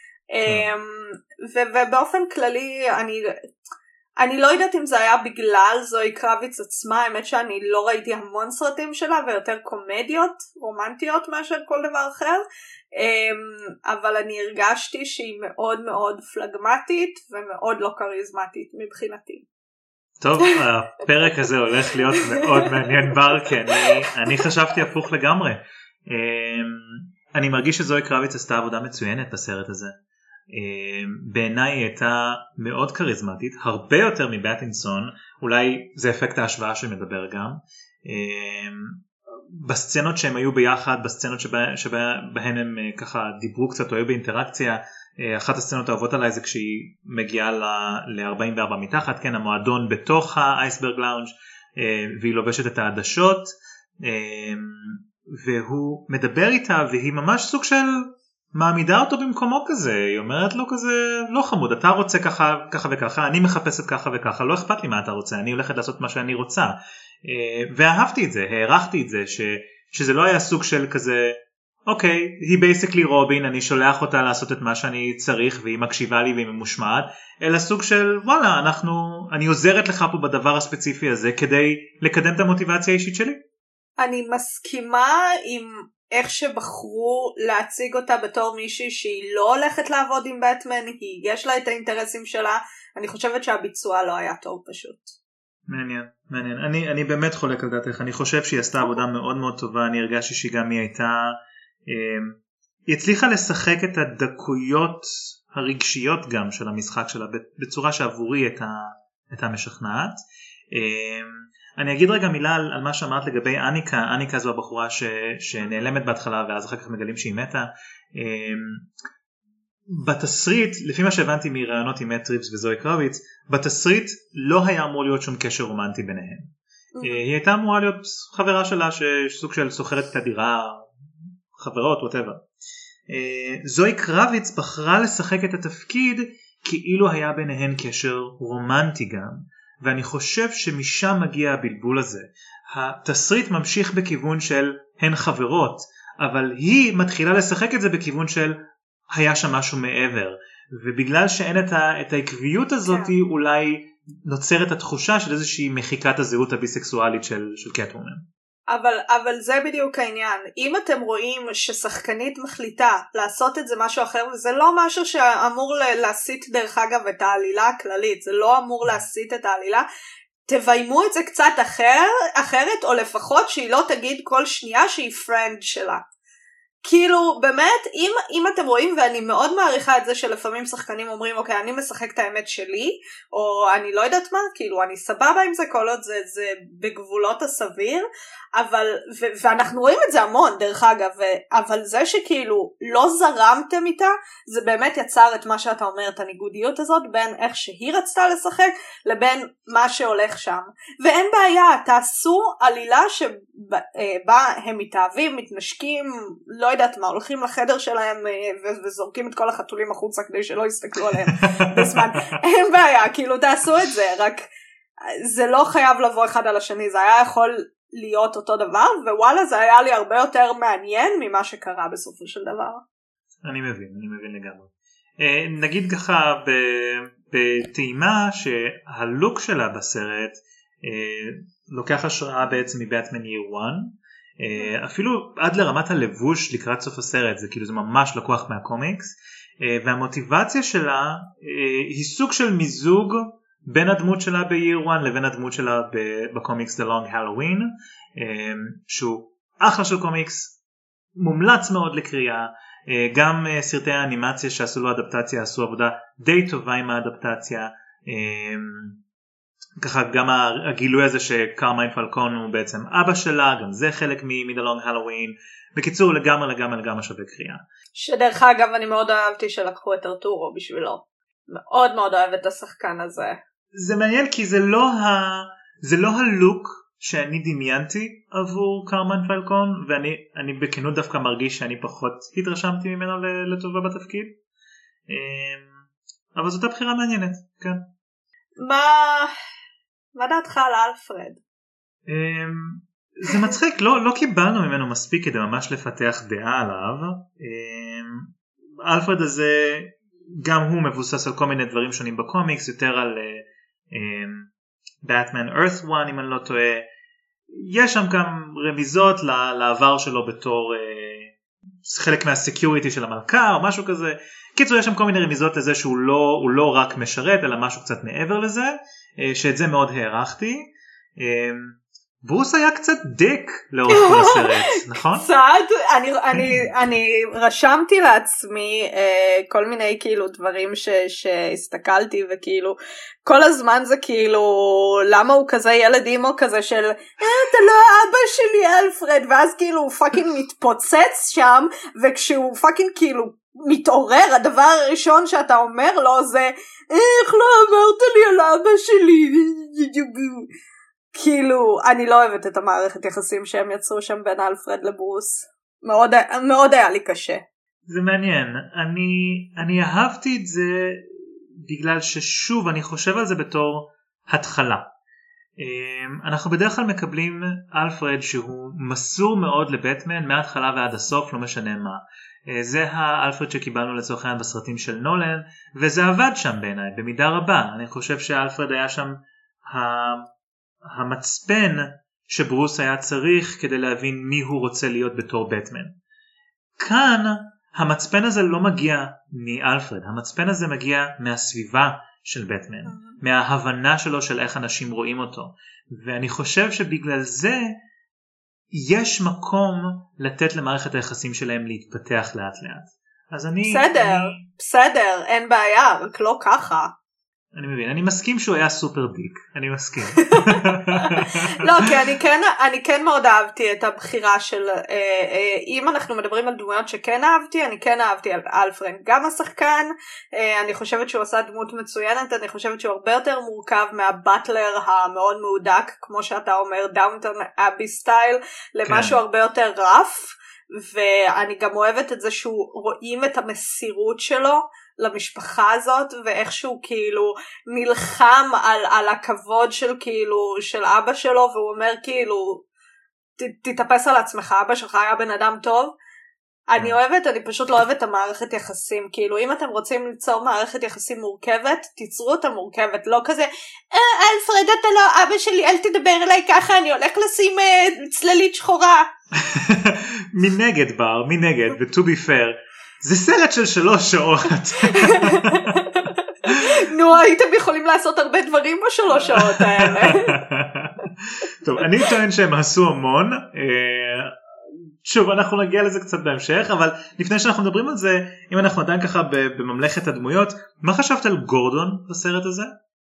ובאופן כללי אני לא יודעת אם זה היה בגלל זוהי קרביץ עצמה, האמת שאני לא ראיתי המון סרטים שלה ויותר קומדיות רומנטיות מאשר כל דבר אחר, אבל אני הרגשתי שהיא מאוד מאוד פלגמטית ומאוד לא קריזמטית מבחינתי. טוב, הפרק הזה הולך להיות מאוד מעניין בר, כי אני חשבתי הפוך לגמרי. אני מרגיש שזוהי קרביץ עשתה עבודה מצוינת בסרט הזה. בעיניי היא הייתה מאוד קריזמטית, הרבה יותר מבטינסון, אולי זה אפקט ההשוואה שמדבר גם. בסצנות שהם היו ביחד, בסצנות שבהן הם ככה דיברו קצת או היו באינטראקציה, אחת הסצנות האהובות עליי זה כשהיא מגיעה ל-44 מתחת, כן, המועדון בתוך האייסברג לאונג', והיא לובשת את העדשות, והוא מדבר איתה, והיא ממש סוג של מעמידה אותו במקומו כזה, היא אומרת לו כזה, לא חמוד, אתה רוצה ככה וככה, אני מחפשת ככה וככה, לא אכפת לי מה אתה רוצה, אני הולכת לעשות מה שאני רוצה, ואהבתי את זה, הערכתי את זה, שזה לא היה סוג של כזה, אוקיי, היא בייסיקלי רובין, אני שולח אותה לעשות את מה שאני צריך, והיא מקשיבה לי והיא ממושמעת, אלא סוג של, וואלה, אני עוזרת לך פה בדבר הספציפי הזה, כדי לקדם את המוטיבציה האישית שלי. אני מסכימה עם איך שבחרו להציג אותה בתור מישהי שהיא לא הולכת לעבוד עם בטמן, יש לה את האינטרסים שלה, אני חושבת שהביצוע לא היה טוב פשוט. מעניין. אני באמת חולק על דעתך, אני חושב שהיא עשתה עבודה מאוד מאוד טובה, אני הרגשתי שהיא גם היא הצליחה לשחק את הדקויות הרגשיות גם של המשחק שלה, בצורה שעבורי הייתה משכנעת. אני אגיד רגע מילה על מה שאמרת לגבי אניקה זו הבחורה שנעלמת בהתחלה ואז אחר כך מגלים שהיא מתה. בתסריט, לפי מה שהבנתי מרעיונות עם מאט ריבס וזוהי קרביץ, בתסריט לא היה אמור להיות שום קשר רומנטי ביניהם. היא הייתה אמורה להיות חברה שלה שסוג של סוחרת את הדירה, חברות, whatever. זוהי קרביץ בחרה לשחק את התפקיד כאילו היה ביניהן קשר רומנטי גם, ואני חושב שמשם מגיע הבלבול הזה. התסריט ממשיך בכיוון של הן חברות, אבל היא מתחילה לשחק את זה בכיוון של היה שם משהו מעבר, ובגלל שאין את העקביות הזאת, אולי נוצרת התחושה של איזושהי מחיקת הזהות הביסקסואלית של קטוומן. אבל זה בדיוק העניין. אם אתם רואים ששחקנית מחליטה לעשות את זה משהו אחר, וזה לא משהו שאמור להסיט דרך אגב את העלילה הכללית, זה לא אמור להסיט את העלילה, תביימו את זה קצת אחרת, או לפחות שהיא לא תגיד כל שנייה שהיא פרנד שלה. כאילו באמת אם אתם רואים, ואני מאוד מעריכה את זה שלפעמים שחקנים אומרים אוקיי אני משחק את האמת שלי, או אני לא יודעת מה, כאילו אני סבבה עם זה כל עוד זה בגבולות הסביר, אבל ואנחנו רואים את זה המון דרך אגב, אבל זה שכאילו לא זרמתם איתה, זה באמת יצר את מה שאתה אומר, את הניגודיות הזאת בין איך שהיא רצתה לשחק לבין מה שהולך שם. ואין בעיה, תעשו עלילה שבה הם מתאהבים, מתנשקים, לא יודעת מה, הולכים לחדר שלהם וזורקים את כל החתולים החוצה כדי שלא יסתכלו עליהם בזמן. אין בעיה, כאילו תעשו את זה, רק זה לא חייב לבוא אחד על השני, זה היה יכול להיות אותו דבר, ווואלה זה היה לי הרבה יותר מעניין ממה שקרה בסופו של דבר. אני מבין לגמרי. נגיד ככה בטעימה שהלוק שלה בסרט לוקח השראה בעצם מבטמן Year One, אפילו עד לרמת הלבוש לקראת סוף הסרט, זה כאילו זה ממש לקוח מהקומיקס, והמוטיבציה שלה היא סוג של מיזוג בין הדמות שלה ב-Year One לבין הדמות שלה בקומיקס The Long Halloween, שהוא אחלה של קומיקס, מומלץ מאוד לקריאה, גם סרטי האנימציה שעשו לו אדפטציה עשו עבודה די טובה עם האדפטציה, ככה גם הגילוי הזה שקרמיין פלקון הוא בעצם אבא שלה, גם זה חלק מ-The Long Halloween. בקיצור לגמרי שווה קריאה. שדרך אגב אני מאוד אהבתי שלקחו את ארתורו בשבילו, מאוד מאוד אוהב את השחקן הזה. זה מעניין כי זה לא הלוק שאני דמיינתי עבור קרמיין פלקון, ואני בכנות דווקא מרגיש שאני פחות התרשמתי ממנו לטובה בתפקיד, אבל זאת הבחירה מעניינת, כן. מה דעתך על אלפרד? זה מצחיק, לא קיבלנו ממנו מספיק כדי ממש לפתח דעה עליו. אלפרד הזה גם הוא מבוסס על כל מיני דברים שונים בקומיקס, יותר על Batman Earth One אם אני לא טועה. יש שם גם רמיזות לעבר שלו בתור חלק מהסקיוריטי של המלכה או משהו כזה. קיצור, יש שם כל מיני רמיזות לזה שהוא לא רק משרת אלא משהו קצת מעבר לזה, שאת זה מאוד הערכתי. ברוס היה קצת דיק לאורך כל הסרט, נכון? קצת, אני רשמתי לעצמי כל מיני כאילו דברים שהסתכלתי, וכאילו כל הזמן זה כאילו למה הוא כזה ילד אימו כזה של אתה לא אבא שלי אלפרד, ואז כאילו הוא פאקינג מתפוצץ שם, וכשהוא פאקינג כאילו מתעורר הדבר הראשון שאתה אומר לו זה איך לא אמרת לי על אבא שלי. כאילו, אני לא אוהבת את המערכת יחסים שהם יצרו שם בין אלפרד לברוס. מאוד היה לי קשה. זה מעניין. אני אהבתי את זה בגלל ששוב, אני חושב על זה בתור התחלה. אנחנו בדרך כלל מקבלים אלפרד שהוא מסור מאוד לבטמן, מההתחלה ועד הסוף, לא משנה מה. זה האלפרד שקיבלנו לצורך העניין בסרטים של נולן, וזה עבד שם בעיניי, במידה רבה. אני חושב שאלפרד היה שם המצפן שברוס היה צריך כדי להבין מי הוא רוצה להיות בתור בטמן. כאן המצפן הזה לא מגיע מאלפרד, המצפן הזה מגיע מהסביבה של בטמן, מההבנה שלו של איך אנשים רואים אותו, ואני חושב שבגלל זה יש מקום לתת למערכת היחסים שלהם להתפתח לאט לאט. אז בסדר, אין בעיה, רק לא ככה. אני מבין, אני מסכים שהוא היה סופר דיק, אני מסכים. לא, כי אני כן מאוד אהבתי את הבחירה של, אם אנחנו מדברים על דמויות שכן אהבתי, אני כן אהבתי על אלפרד, גם השחקן, אני חושבת שהוא עשה דמות מצוינת, אני חושבת שהוא הרבה יותר מורכב מהבטלר המאוד מהודק, כמו שאתה אומר, דאונטון אבי סטייל, למשהו הרבה יותר רף, ואני גם אוהבת את זה שהוא רואים את המסירות שלו, למשפחה הזאת, ואיכשהו כאילו נלחם על הכבוד של כאילו של אבא שלו, והוא אומר כאילו תתאפס על עצמך, אבא שלך היה בן אדם טוב. אני אוהבת, אני פשוט לא אוהבת את המערכת יחסים, כאילו אם אתם רוצים ליצור מערכת יחסים מורכבת, תיצרו אותה מורכבת, לא כזה אלפרד אתה לא אבא שלי, אל תדבר אליי ככה, אני הולך לשים צללית שחורה. מנגד בר, מנגד, ו-to be fair, זה סרט של 3 שעות. נו, הייתם יכולים לעשות הרבה דברים ב3 שעות האלה. טוב, אני טוען שהם עשו המון. שוב, אנחנו נגיע לזה קצת בהמשך, אבל לפני שאנחנו מדברים על זה, אם אנחנו עדיין ככה בממלכת הדמויות, מה חשבת על גורדון בסרט הזה?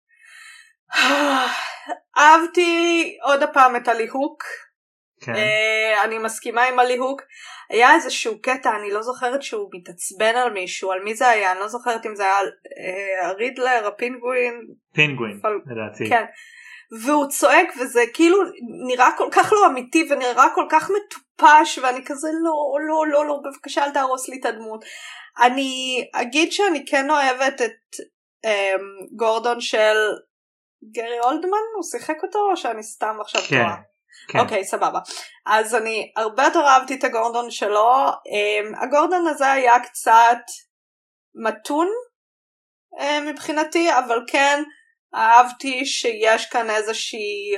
אהבתי עוד הפעם את הליהוק. כן. אני מסכימה עם הליהוק. היה איזשהו קטע, אני לא זוכרת שהוא מתעצבן על מישהו, על מי זה היה, אני לא זוכרת אם זה היה הרידלר, הפינגווין. פינגווין, לדעתי. כן. והוא צועק, וזה כאילו נראה כל כך לא אמיתי, ונראה כל כך מטופש, ואני כזה לא, בבקשה אל תהרוס לי את הדמות. אני אגיד שאני כן אוהבת את גורדון של גרי אולדמן, הוא שיחק אותו, או שאני סתם עכשיו טועה? כן. אוקיי, סבבה. אז אני הרבה יותר אהבתי את הגורדון שלו. הגורדון הזה היה קצת מתון מבחינתי, אבל כן אהבתי שיש כאן איזושהי,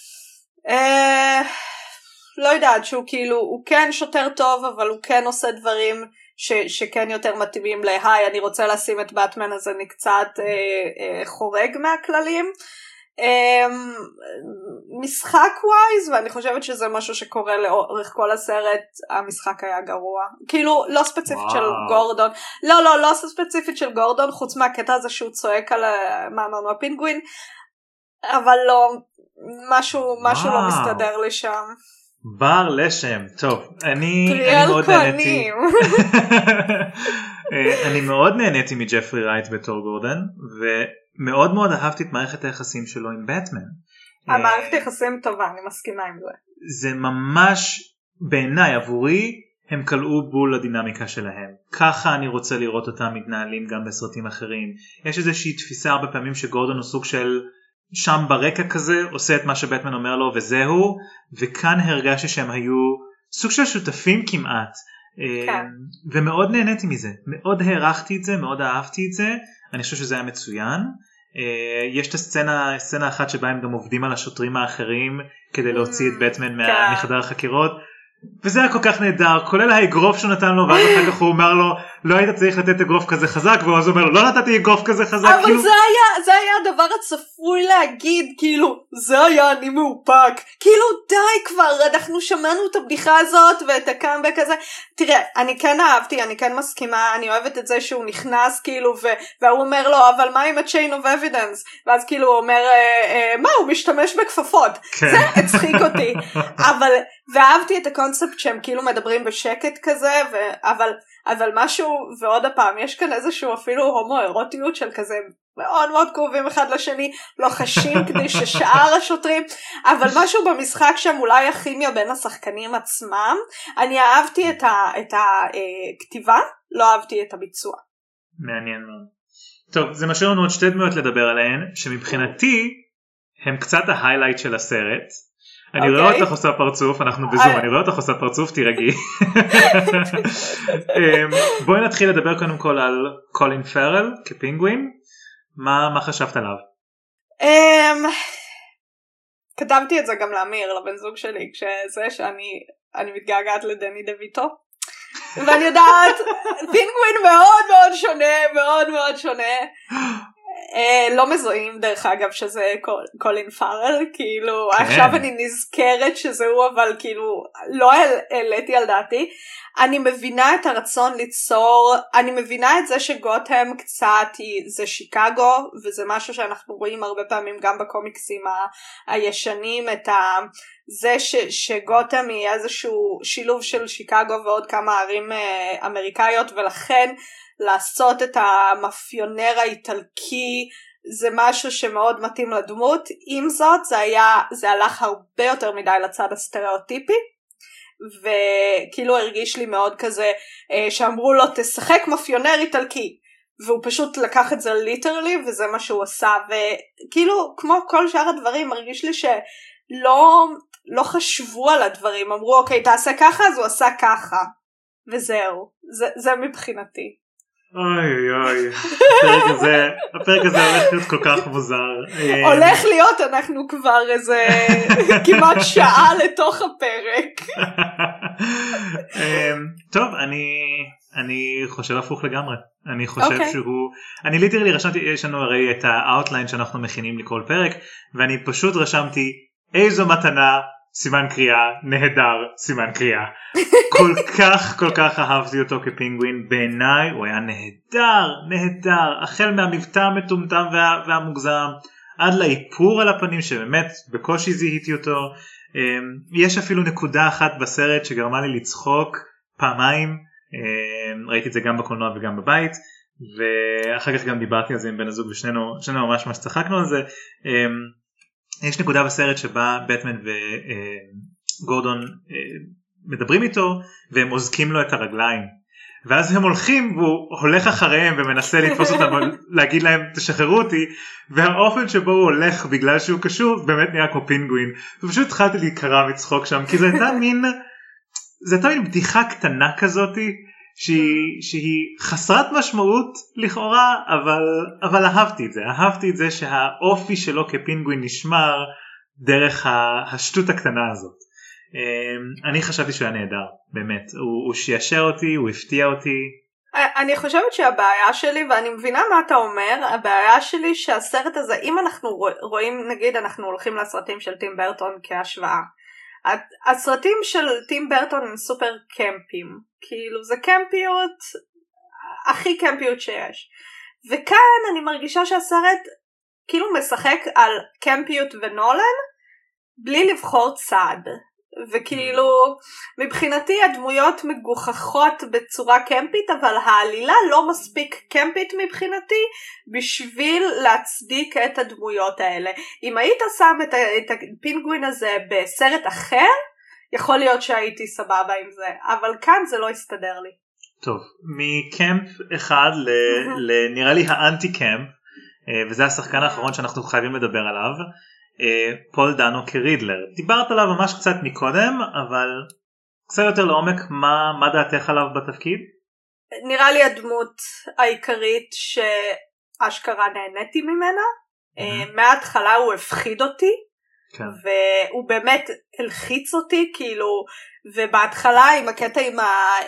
לא יודעת, שהוא כאילו, הוא כן שוטר טוב, אבל הוא כן עושה דברים שכן יותר מתאימים להי, אני רוצה לשים את באטמן, אז אני קצת חורג מהכללים. משחק ווייז, ואני חושבת שזה משהו שקורה לאורך כל הסרט, המשחק היה גרוע. כאילו, לא ספציפית של גורדון. לא ספציפית של גורדון, חוץ מהקטע הזה שהוא צועק על מה אמרנו, הפינגווין, אבל לא, משהו לא מסתדר לי שם. בר לשם, טוב, אני מאוד נהניתי. אני מאוד נהניתי מג'פרי רייט בתור גורדון, ומאוד מאוד אהבתי את מערכת היחסים שלו עם באטמן. המערכת היחסים טובה, אני מסכימה עם זה. זה ממש, בעיניי, עבורי, הם קלעו בול לדינמיקה שלהם. ככה אני רוצה לראות אותם מתנהלים גם בסרטים אחרים. יש איזושהי תפיסה הרבה פעמים שגורדון הוא סוג של שם ברקע כזה, עושה את מה שבאטמן אומר לו וזהו, וכאן הרגשתי שהם היו סוג של שותפים כמעט. כן. ומאוד נהניתי מזה, מאוד הערכתי את זה, מאוד אהבתי את זה, אני חושב שזה היה מצוין. יש את הסצנה אחת שבה הם גם עובדים על השוטרים האחרים כדי להוציא את באטמן מחדר החקירות, וזה היה כל כך נהדר, כולל האגרוף שהוא נתן לו, ואז אחר כך הוא אומר לו, לא היית צריך לתת אגרוף כזה חזק, ואז הוא אומר לו, לא נתתי אגרוף כזה חזק. אבל כאילו... זה היה הדבר הצפוי להגיד, כאילו, זה היה אני מאופק, כאילו די כבר, אנחנו שמענו את הבדיחה הזאת, ואת הקאמבק הזה, תראה, אני כן אהבתי, אני כן מסכימה, אני אוהבת את זה שהוא נכנס, כאילו, והוא אומר לו, אבל מה עם ה-chain of evidence? ואז כאילו הוא אומר, מה, הוא משתמש בכפפות, זה הצחיק אותי, ואהבתי את הקונספט שהם כאילו מדברים בשקט כזה, אבל משהו, ועוד הפעם, יש כאן איזשהו אפילו הומואירוטיות של כזה, מאוד מאוד קרובים אחד לשני, לא חשים כדי ששאר השוטרים, אבל משהו במשחק שם אולי הכימיה בין השחקנים עצמם, אני אהבתי את הכתיבה, לא אהבתי את הביצוע. מעניין מאוד. טוב, זה משאיר לנו עוד שתי דמויות לדבר עליהן, שמבחינתי הם קצת ההיילייט של הסרט. אני רואה אותך עושה פרצוף, אנחנו בזום, אני רואה אותך עושה פרצוף, תירגעי. בואי נתחיל לדבר קודם כל על קולין פרל כפינגווין. מה חשבת עליו? כתבתי את זה גם לאמיר, לבן זוג שלי, כשזה שאני מתגעגעת לדני דויטו. ואני יודעת, פינגווין מאוד מאוד שונה, מאוד מאוד שונה. לא מזוהים דרך אגב שזה קולין פארל, כאילו עכשיו אני נזכרת שזה הוא, אבל כאילו לא העליתי על דעתי. אני מבינה את הרצון ליצור, אני מבינה את זה שגותם קצת זה שיקגו, וזה משהו שאנחנו רואים הרבה פעמים גם בקומיקסים הישנים, את זה שגותם היא איזשהו שילוב של שיקגו ועוד כמה ערים אמריקאיות, ולכן לעשות את המאפיונר האיטלקי זה משהו שמאוד מתאים לדמות. עם זאת זה הלך הרבה יותר מדי לצד הסטריאוטיפי, וכאילו הרגיש לי מאוד כזה שאמרו לו תשחק מאפיונר איטלקי, והוא פשוט לקח את זה ליטרלי, וזה מה שהוא עשה, וכאילו כמו כל שאר הדברים הרגיש לי שלא חשבו על הדברים, אמרו אוקיי תעשה ככה, אז הוא עשה ככה וזהו. זה מבחינתי. אוי, הפרק הזה הולך להיות כל כך מוזר. הולך להיות, אנחנו כבר איזה כמעט שעה לתוך הפרק. טוב, אני חושב הפוך לגמרי. אני חושב שהוא, אני ליטרלי רשמתי, יש לנו הרי את האוטליין שאנחנו מכינים לכל פרק, ואני פשוט רשמתי איזו מתנה, סימן קריאה, נהדר, סימן קריאה. כל כך אהבתי אותו כפינגווין, בעיניי הוא היה נהדר, החל מהמבטא המטומטם והמוגזם, עד לאיפור על הפנים שבאמת בקושי זיהיתי אותו. יש אפילו נקודה אחת בסרט שגרמה לי לצחוק פעמיים, ראיתי את זה גם בקולנוע וגם בבית, ואחר כך גם דיברתי על זה עם בן הזוג, ושנינו ממש צחקנו על זה. יש נקודה בסרט שבה באטמן וגורדון מדברים איתו והם עוזקים לו את הרגליים, ואז הם הולכים והוא הולך אחריהם ומנסה לתפוס אותם להגיד להם תשחררו אותי, והאופן שבו הוא הולך בגלל שהוא קשור באמת נראה כמו פינגווין, ופשוט התחלתי להיקרע מצחוק שם, כי זה הייתה מין בדיחה קטנה כזאת שהיא חסרת משמעות לכאורה, אבל אהבתי את זה שהאופי שלו כפינגווין נשמר דרך השטות הקטנה הזאת. אני חשבתי שהוא היה נהדר, באמת, הוא שישר אותי, הוא הפתיע אותי. אני חושבת שהבעיה שלי, ואני מבינה מה אתה אומר, הבעיה שלי שהסרט הזה, אם אנחנו רואים, נגיד אנחנו הולכים לסרטים של טים ברטון כהשוואה, הסרטים של טים ברטון הם סופר קמפים, כאילו זה קמפיות, הכי קמפיות שיש, וכאן אני מרגישה שהסרט כאילו משחק על קמפיות ונולן, בלי לבחור צד, וכאילו מבחינתי הדמויות מגוחכות בצורה קמפית, אבל העלילה לא מספיק קמפית מבחינתי בשביל להצדיק את הדמויות האלה. אם היית שם את הפינגווין הזה בסרט אחר, יכול להיות שהייתי סבבה עם זה, אבל כאן זה לא הסתדר לי. טוב, מקמפ אחד נראה לי האנטי קמפ, וזה השחקן האחרון שאנחנו חייבים לדבר עליו, פול דנו כרידלר. דיברת עליו ממש קצת מקודם, אבל קצת יותר לעומק, מה דעתך עליו בתפקיד? נראה לי הדמות העיקרית שאשכרה נהניתי ממנה. מההתחלה הוא הפחיד אותי, והוא באמת הלחיץ אותי, כאילו, ובהתחלה עם הקטע עם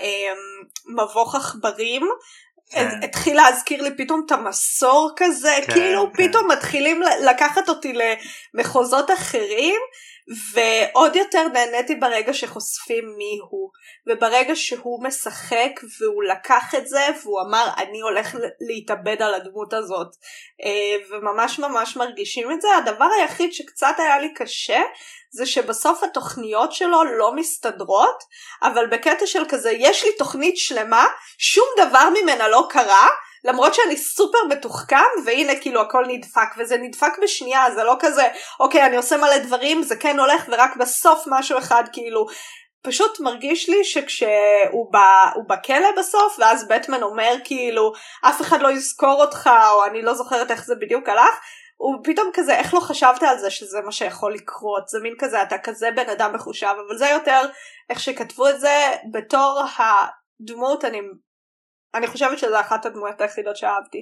המבוך עכברים, התחיל להזכיר לי פתאום את המסור כזה, כאילו פתאום מתחילים לקחת אותי למחוזות אחרים, ועוד יותר נהניתי ברגע שחושפים מי הוא, וברגע שהוא משחק והוא לקח את זה והוא אמר אני הולך להתאבד על הדמות הזאת, וממש ממש מרגישים את זה. הדבר היחיד שקצת היה לי קשה זה שבסוף התוכניות שלו לא מסתדרות, אבל בקטע של כזה יש לי תוכנית שלמה, שום דבר ממנה לא קרה, למרות שאני סופר מתוחכם, והנה כאילו הכל נדפק, וזה נדפק בשנייה, זה לא כזה, אוקיי אני עושה מלא דברים, זה כן הולך, ורק בסוף משהו אחד כאילו, פשוט מרגיש לי שכשהוא בכלא בסוף, ואז בטמן אומר כאילו, אף אחד לא יזכור אותך, או אני לא זוכרת איך זה בדיוק הלך, הוא פתאום כזה, איך לא חשבת על זה שזה מה שיכול לקרות, זה מין כזה, אתה כזה בן אדם מחושב, אבל זה יותר איך שכתבו את זה, בתור הדמות, אני חושבת שזה אחת הדמויות היחידות שאהבתי.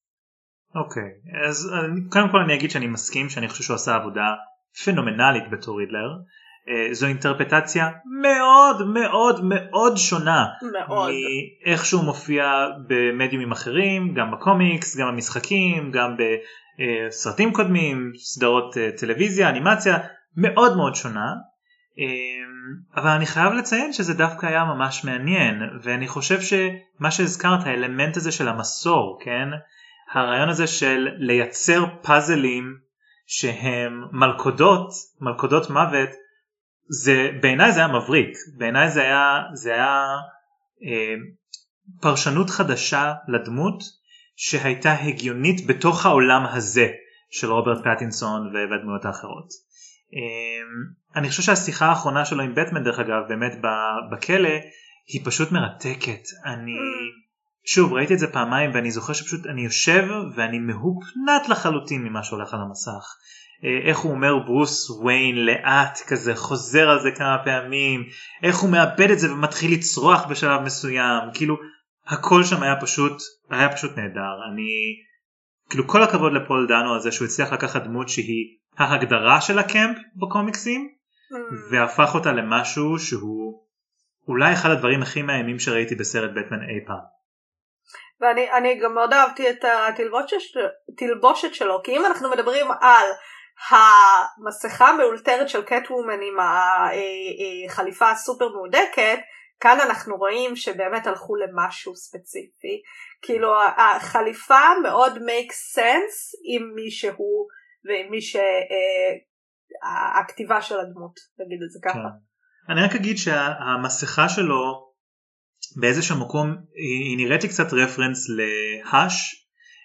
אוקיי, אז קודם כל אני אגיד שאני מסכים, שאני חושב שהוא עשה עבודה פנומנלית בתור רידלר, זו אינטרפטציה מאוד מאוד מאוד שונה, מאיך שהוא מופיע במדיומים אחרים, גם בקומיקס, גם במשחקים, גם בסרטים קודמים, סדרות טלוויזיה, אנימציה, מאוד מאוד שונה. אבל אני חייב לציין שזה דווקא היה ממש מעניין, ואני חושב שמה שהזכרת, האלמנט הזה של המסור, כן? הרעיון הזה של לייצר פאזלים שהם מלכודות מוות, בעיניי זה היה מבריק, בעיניי זה היה פרשנות חדשה לדמות שהייתה הגיונית בתוך העולם הזה של רוברט פטינסון והדמויות האחרות. אני חושב שהשיחה האחרונה שלו עם בטמן דרך אגב באמת בכלא היא פשוט מרתקת. אני שוב ראיתי את זה פעמיים ואני זוכר שפשוט אני יושב ואני מהופנט לחלוטין ממה שהולך על המסך, איך הוא אומר ברוס וויין לאט כזה, חוזר על זה כמה פעמים, איך הוא מאבד את זה ומתחיל לצרוח בשלב מסוים, כאילו הכל שם היה פשוט נהדר. אני כאילו כל הכבוד לפול דנו על זה שהוא הצליח לקחת דמות שהיא ההגדרה של הקמפ בקומיקסים והפך אותה למשהו שהוא אולי אחד הדברים הכי מאיימים שראיתי בסרט בטמן אי פעם. ואני גם מאוד אהבתי את התלבושת שלו, כי אם אנחנו מדברים על המסכה המאולתרת של קטוומן עם החליפה הסופר מהודקת, כאן אנחנו רואים שבאמת הלכו למשהו ספציפי, כאילו החליפה מאוד make sense עם מי שהוא ועם מי שהכתיבה של הדמות, נגיד את זה ככה. אני רק אגיד שהמסכה שלו באיזשהו מקום היא נראית לי קצת רפרנס להש.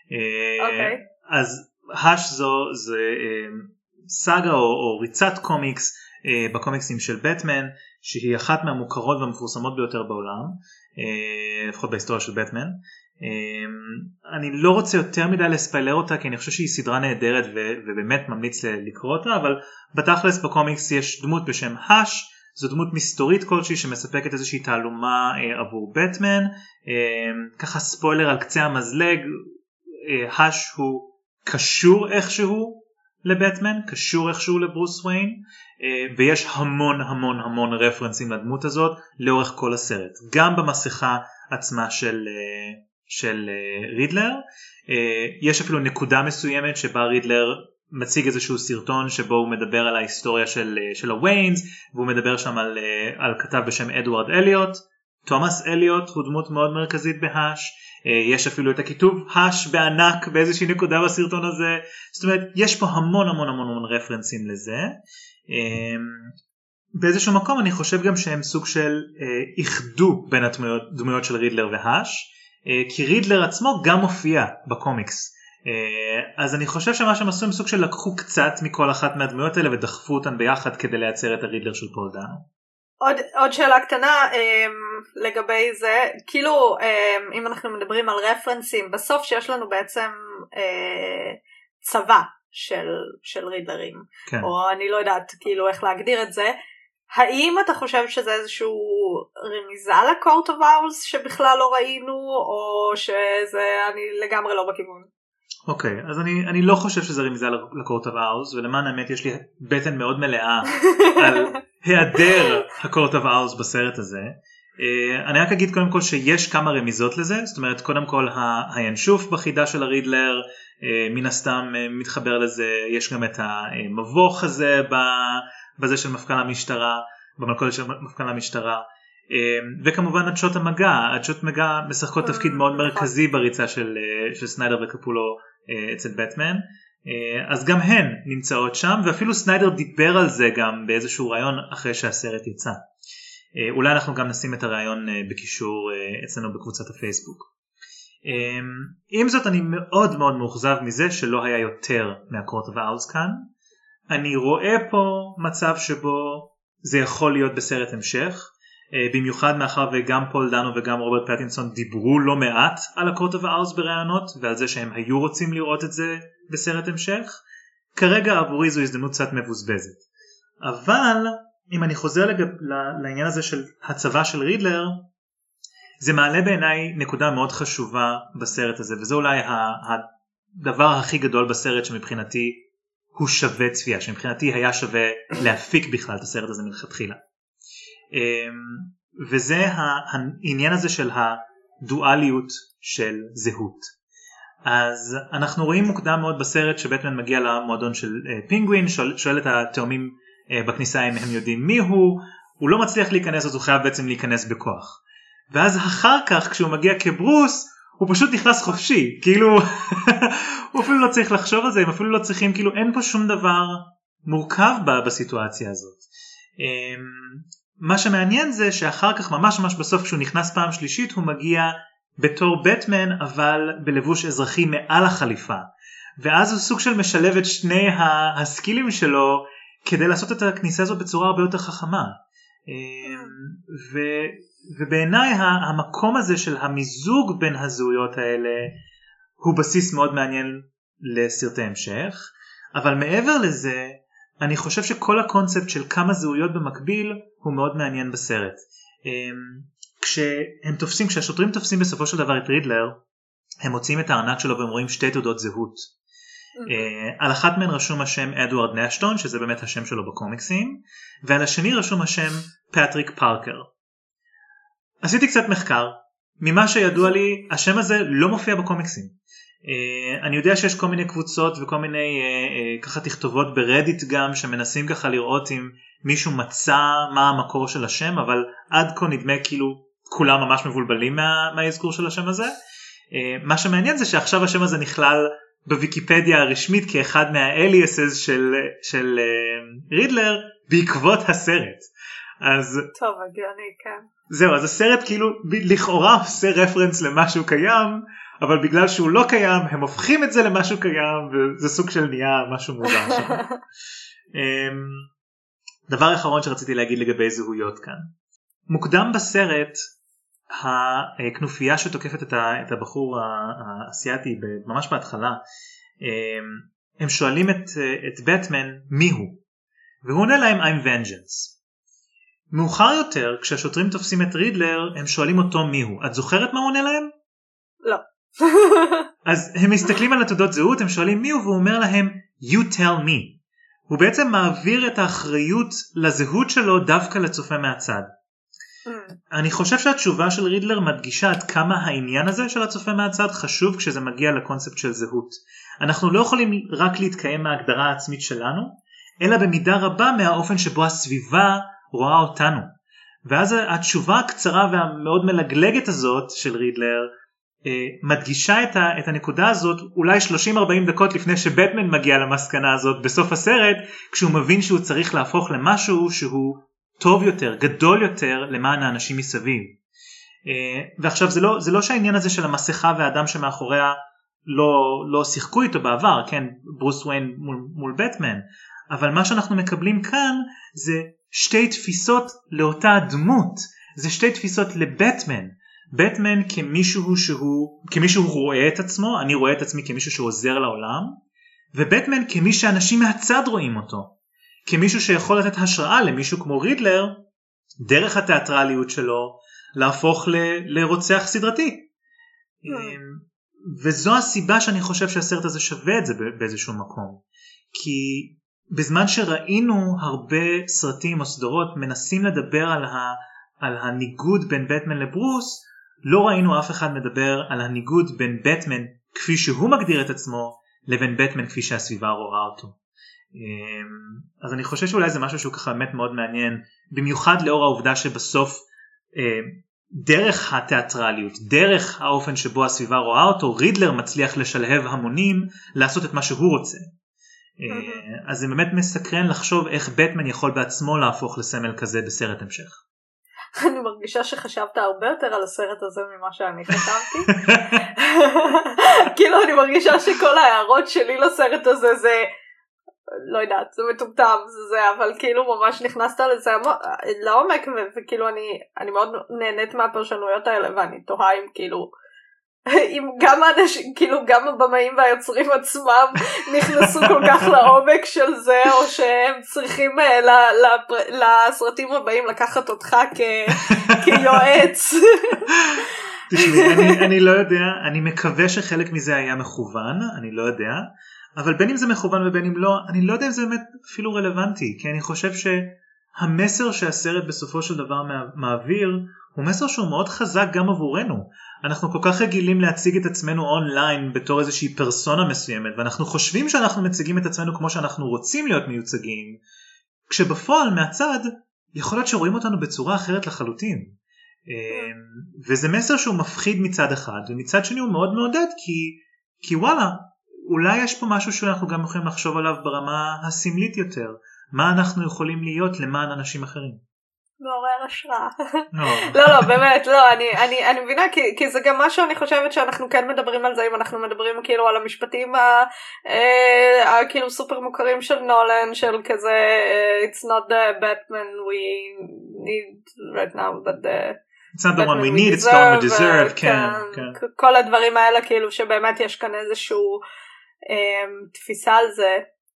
אז הש זו סאגה או ריצת קומיקס בקומיקסים של בטמן, שהיא אחת מהמוכרות והמפורסמות ביותר בעולם, לפחות בהיסטוריה של בטמן. אני לא רוצה יותר מדי לספיילר אותה, כי אני חושב שהיא סדרה נהדרת ובאמת ממליץ לקרוא אותה, אבל בתכלס בקומיקס יש דמות בשם הש, זו דמות מסתורית כלשהי שמספקת איזושהי תעלומה עבור בטמן. ככה ספוילר על קצה המזלג, האש הוא קשור איכשהו לבטמן, קשור איכשהו לברוס וויין, ויש המון המון המון רפרנסים לדמות הזאת לאורך כל הסרט, גם במסכה עצמה של רידלר. יש אפילו נקודה מסוימת שבה רידלר מציג איזשהו סרטון שבו הוא מדבר על ההיסטוריה של הוויינס, והוא מדבר שם על כתב בשם אדוארד אליוט. תומאס אליוט הוא דמות מאוד מרכזית בהאש. יש אפילו את הכיתוב האש בענק באיזושהי נקודה בסרטון הזה. זאת אומרת, יש פה המון המון המון המון רפרנסים לזה. באיזשהו מקום אני חושב גם שהם סוג של איחדו בין הדמויות של רידלר והאש, כי רידלר עצמו גם מופיע בקומיקס. אז אני חושב שמה שהם עשו הם סוג של לקחו קצת מכל אחת מהדמויות האלה ודחפו אותן ביחד כדי לייצר את הרידלר של פול דאנו. עוד שאלה קטנה לגבי זה, כאילו אם אנחנו מדברים על רפרנסים, בסוף שיש לנו בעצם צבא של רידלרים, כן. או אני לא יודעת כאילו איך להגדיר את זה, האם אתה חושב שזה איזשהו רמיזה לקורט אוף אאולס שבכלל לא ראינו, או שזה אני לגמרי לא בכיוון? אוקיי, אז אני לא חושב שזה רמיזה לקורט אוף אאולס, ולמען האמת יש לי בטן מאוד מלאה על היעדר הקורט אוף אאולס בסרט הזה. אני רק אגיד קודם כל שיש כמה רמיזות לזה, זאת אומרת קודם כל הינשוף בחידה של הרידלר, מן הסתם מתחבר לזה, יש גם את המבוך הזה בזה של מפכ"ל המשטרה, במלכודת של מפכ"ל המשטרה, וכמובן עדשות המגע, עדשות מגע משחקות תפקיד מאוד מרכזי בריצה של סניידר וקפולו אצל בטמן, אז גם הן נמצאות שם, ואפילו סניידר דיבר על זה גם באיזשהו רעיון אחרי שהסרט יצא. אולי אנחנו גם נשים את הרעיון בקישור אצלנו בקבוצת הפייסבוק. עם זאת אני מאוד מאוד מאוכזב מזה שלא היה יותר מהקורט אוף אאולס כאן. אני רואה פה מצב שבו זה יכול להיות בסרט המשך, במיוחד מאחר וגם פול דאנו וגם רוברט פטינסון דיברו לא מעט על הקורט אוף אאולס ברעיונות ועל זה שהם היו רוצים לראות את זה בסרט המשך. כרגע עבורי זו הזדמנות קצת מבוזבזת, אבל אם אני חוזר לעניין הזה של הצבא של רידלר, זה מעלה בעיניי נקודה מאוד חשובה בסרט הזה, וזה אולי הדבר הכי גדול בסרט שמבחינתי הוא שווה צפייה, שמבחינתי היה שווה להפיק בכלל את הסרט הזה מלכתחילה. וזה העניין הזה של הדואליות של זהות. אז אנחנו רואים מוקדם מאוד בסרט שבטמן מגיע למועדון של פינגווין, שואל את התאומים בכניסה אם הם יודעים מי הוא לא מצליח להיכנס, אז הוא חייב בעצם להיכנס בכוח. ואז אחר כך כשהוא מגיע כברוס, הוא פשוט נכנס חופשי, כאילו הוא אפילו לא צריך לחשוב על זה, הם אפילו לא צריכים, כאילו אין פה שום דבר מורכב בסיטואציה הזאת. מה שמעניין זה שאחר כך ממש ממש בסוף כשהוא נכנס פעם שלישית, הוא מגיע בתור בטמן אבל בלבוש אזרחי מעל החליפה, ואז הוא סוג של משלב את שני הסקילים שלו כדי לעשות את הכניסה הזאת בצורה הרבה יותר חכמה. ובעיניי המקום הזה של המיזוג בין הזהויות האלה הוא בסיס מאוד מעניין לסרטי המשך, אבל מעבר לזה אני חושב שכל הקונספט של כמה זהויות במקביל הוא מאוד מעניין בסרט. כשהשוטרים תופסים בסופו של דבר את רידלר, הם מוצאים את הארנק שלו והם רואים שתי תעודות זהות. על אחת מהן רשום השם אדוארד נשטון, שזה באמת השם שלו בקומיקסים, ועל השני רשום השם פטריק פארקר. עשיתי קצת מחקר, ממה שידוע לי השם הזה לא מופיע בקומיקסים. אני יודע שיש כל מיני קבוצות וכל מיני ככה תכתובות ברדיט גם שמנסים ככה לראות אם מישהו מצא מה המקור של השם, אבל עד כה נדמה כאילו כולם ממש מבולבלים מהאזכור של השם הזה. מה שמעניין זה שעכשיו השם הזה נכלל בוויקיפדיה הרשמית כאחד מהאליאסס של רידלר בעקבות הסרט. אז טוב, הגיוני, כן. זהו, אז הסרט כאילו לכאורה עושה רפרנס למשהו קיים, אבל בגלל שהוא לא קיים הם הופכים את זה למשהו קיים, וזה סוג של נהיה משהו מוזר שם. דבר אחרון שרציתי להגיד לגבי זהויות כאן, מוקדם בסרט הכנופיה שתוקפת את הבחור האסייתי ממש בהתחלה, הם שואלים את בטמן מי הוא, והוא עונה להם I'm vengeance. מאוחר יותר, כשהשוטרים תופסים את רידלר, הם שואלים אותו מיהו. את זוכרת מה הוא עונה להם? לא. אז הם מסתכלים על התעודות זהות, הם שואלים מיהו, והוא אומר להם, you tell me. הוא בעצם מעביר את האחריות לזהות שלו דווקא לצופה מהצד. אני חושב שהתשובה של רידלר מדגישה עד כמה העניין הזה של הצופה מהצד חשוב כשזה מגיע לקונספט של זהות. אנחנו לא יכולים רק להתקיים מההגדרה העצמית שלנו, אלא במידה רבה מהאופן שבו הסביבה רואה אותנו. ואז התשובה הקצרה והמאוד מלגלגת הזאת של רידלר מדגישה את הנקודה הזאת אולי 30-40 דקות לפני שבטמן מגיע למסקנה הזאת בסוף הסרט, כשהוא מבין שהוא צריך להפוך למשהו שהוא טוב יותר, גדול יותר למען האנשים מסביב. ועכשיו זה לא שהעניין הזה של המסכה והאדם שמאחוריה לא שיחקו איתו בעבר, כן, ברוס וויין מול בטמן, אבל מה שאנחנו מקבלים כאן זה שתי תפיסות לאותה דמות, זה שתי תפיסות לבטמן. בטמן כמישהו רואה את עצמו, אני רואה את עצמי כמישהו שעוזר לעולם, ובטמן כמי שאנשים מהצד רואים אותו, כמישהו שיכול לתת השראה למישהו כמו רידלר, דרך התיאטרליות שלו, להפוך לרוצח סדרתי. וזו הסיבה שאני חושב שהסרט הזה שווה את זה באיזשהו מקום. כי בזמן שראינו הרבה סרטים או סדרות מנסים לדבר על הניגוד בין בטמן לברוס, לא ראינו אף אחד מדבר על הניגוד בין בטמן כפי שהוא מגדיר את עצמו, לבין בטמן כפי שהסביבה רואה אותו. אז אני חושב שאולי זה משהו שהוא ככה באמת מאוד מעניין, במיוחד לאור העובדה שבסוף דרך התיאטרליות, דרך האופן שבו הסביבה רואה אותו, רידלר מצליח לשלהב המונים לעשות את מה שהוא רוצה. אז זה באמת מסקרן לחשוב איך בטמן יכול בעצמו להפוך לסמל כזה בסרט המשך. אני מרגישה שחשבת הרבה יותר על הסרט הזה ממה שאני חשבתי. כאילו אני מרגישה שכל ההערות שלי לסרט הזה זה, לא יודעת, זה מטומטם, זה, אבל כאילו ממש נכנסת לזה לעומק, וכאילו אני מאוד נהנית מהפרשנויות האלה, ואני תוהה אם כאילו, אם גם האנשים, כאילו גם הבמאים והיוצרים עצמם נכנסו כל כך לעומק של זה, או שהם צריכים לסרטים הבאים לקחת אותך כיועץ. תשמעי, אני לא יודע, אני מקווה שחלק מזה היה מכוון, אני לא יודע, אבל בין אם זה מכוון ובין אם לא, אני לא יודע אם זה באמת אפילו רלוונטי, כי אני חושב שהמסר שהסרט בסופו של דבר מעביר, הוא מסר שהוא מאוד חזק גם עבורנו. אנחנו כל כך רגילים להציג את עצמנו אונליין בתור איזושהי פרסונה מסוימת, ואנחנו חושבים שאנחנו מציגים את עצמנו כמו שאנחנו רוצים להיות מיוצגים, כשבפועל מהצד יכול להיות שרואים אותנו בצורה אחרת לחלוטין. וזה מסר שהוא מפחיד מצד אחד, ומצד שני הוא מאוד מעודד, כי וואלה, אולי יש פה משהו שאנחנו גם יכולים לחשוב עליו ברמה הסמלית יותר, מה אנחנו יכולים להיות למען אנשים אחרים. מעורר השראה. לא, באמת, לא, אני מבינה, כי זה גם משהו אני חושבת שאנחנו כן מדברים על זה, אם אנחנו מדברים כאילו על המשפטים כאילו סופר מוכרים של נולן, של כזה, it's not the Batman we need right now, but it's not the one we need, it's the one we deserve, כן. כל הדברים האלה כאילו שבאמת יש כאן איזשהו תפיסה על זה.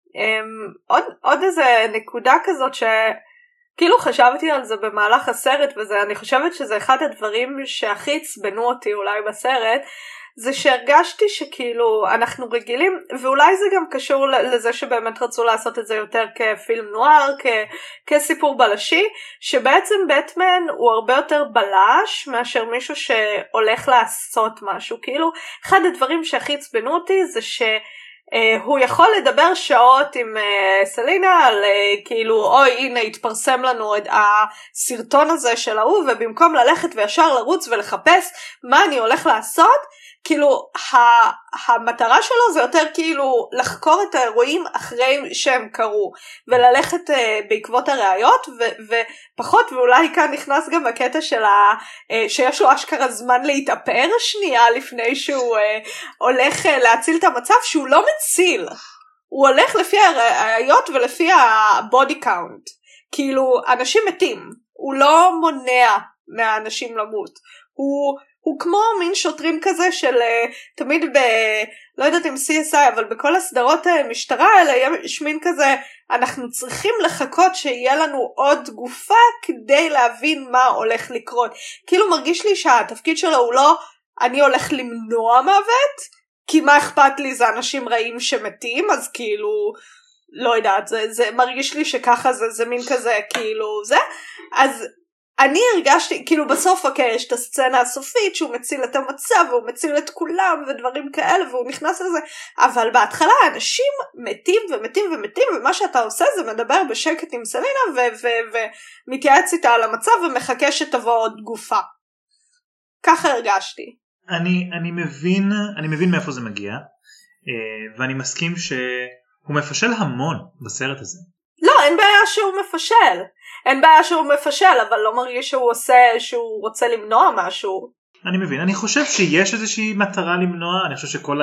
עוד איזה נקודה כזאת כאילו חשבתי על זה במהלך הסרט, וזה, אני חושבת שזה אחד הדברים שהכי עצבנו אותי אולי בסרט, זה שהרגשתי שכאילו אנחנו רגילים, ואולי זה גם קשור לזה שבאמת רצו לעשות את זה יותר כפילם נואר, כסיפור בלשי, שבעצם בטמן הוא הרבה יותר בלש מאשר מישהו שהולך לעשות משהו. כאילו אחד הדברים שהכי עצבנו אותי זה הוא יכול לדבר שעות עם סלינה על כאילו אוי הנה התפרסם לנו את הסרטון הזה של ההוא, ובמקום ללכת וישר לרוץ ולחפש מה אני הולך לעשות, כאילו המטרה שלו זה יותר כאילו לחקור את האירועים אחרי שהם קרו וללכת בעקבות הראיות, ופחות, ואולי כאן נכנס גם הקטע של שיש לו אשכרה זמן להתאפר שנייה לפני שהוא הולך להציל את המצב, שהוא לא מציל, הוא הולך לפי הראיות ולפי הבודי קאונט, כאילו אנשים מתים, הוא לא מונע מהאנשים למות, הוא כמו מין שוטרים כזה של תמיד לא יודעת אם CSI, אבל בכל הסדרות משטרה האלה יש מין כזה, אנחנו צריכים לחכות שיהיה לנו עוד גופה כדי להבין מה הולך לקרות. כאילו מרגיש לי שהתפקיד שלו הוא לא אני הולך למנוע מוות, כי מה אכפת לי, זה אנשים רעים שמתים, אז כאילו לא יודעת, זה מרגיש לי שככה זה מין כזה כאילו זה. אז אני הרגשתי, כאילו בסוף יש את הסצנה הסופית שהוא מציל את המצב והוא מציל את כולם ודברים כאלה והוא נכנס לזה, אבל בהתחלה אנשים מתים ומתים ומתים, ומה שאתה עושה זה מדבר בשקט עם סלינה ומתייעץ איתה על המצב ומחכה שתבוא עוד גופה. ככה הרגשתי. אני מבין מאיפה זה מגיע, ואני מסכים שהוא מפשל המון בסרט הזה. לא, אין בעיה שהוא מפשל. אין בעיה שהוא מפשל, אבל לא מרגיש שהוא עושה, שהוא רוצה למנוע משהו. אני מבין, אני חושב שיש איזושהי מטרה למנוע, אני חושב שכל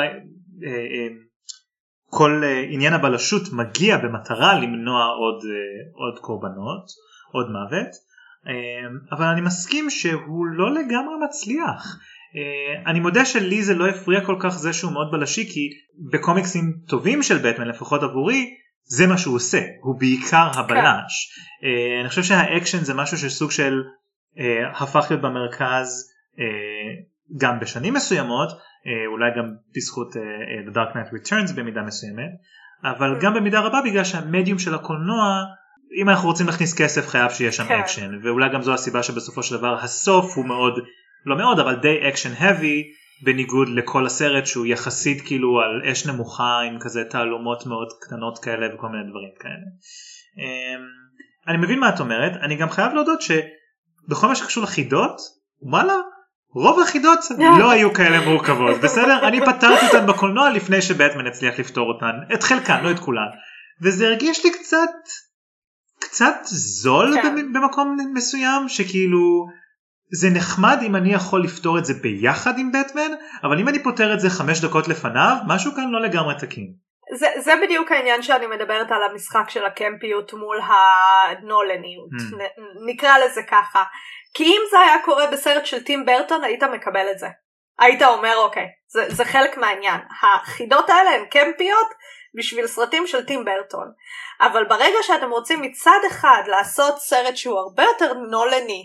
כל עניין הבלשות מגיע במטרה למנוע עוד קורבנות, עוד מוות, אבל אני מסכים שהוא לא לגמרי מצליח. אני מודה שלי זה לא הפריע כל כך זה שהוא מאוד בלשי, כי בקומיקסים טובים של בטמן, לפחות עבורי, זה מה שהוא עושה, הוא בעיקר הבלש. אני חושב שהאקשן זה משהו שסוג של הפך להיות במרכז גם בשנים מסוימות, אולי גם בזכות The Dark Knight Returns במידה מסוימת, אבל גם במידה רבה בגלל שהמדיום של הקולנוע, אם אנחנו רוצים להכניס כסף חייב שיש שם אקשן, ואולי גם זו הסיבה שבסופו של דבר הסוף הוא מאוד, לא מאוד, אבל די אקשן heavy, בניגוד לכל הסרט שהוא יחסית כאילו על אש נמוכה עם כזה תעלומות מאוד קטנות כאלה וכל מיני דברים כאלה. אני מבין מה את אומרת, אני גם חייב להודות שבכל מה שקשור לחידות, וואלה, רוב החידות לא היו כאלה מורכבות, בסדר? אני פתרתי אותן בקולנוע לפני שבטמן הצליח לפתור אותן, את חלקן, לא את כולן, וזה הרגיש לי קצת זול במקום מסוים, שכאילו זה נחמד אם אני יכול לפתור את זה ביחד עם בטמן, אבל אם אני פותר את זה 5 דקות לפניו, משהו כאן לא לגמרי תקין. זה בדיוק העניין שאני מדברת על המשחק של הקמפיות מול הנולניות, נקרא לזה ככה. כי אם זה היה קורה בסרט של טים ברטון, היית מקבל את זה. היית אומר, אוקיי, זה חלק מהעניין. החידות האלה הן קמפיות בשביל סרטים של טים ברטון. אבל ברגע שאתם רוצים מצד אחד לעשות סרט שהוא הרבה יותר נולני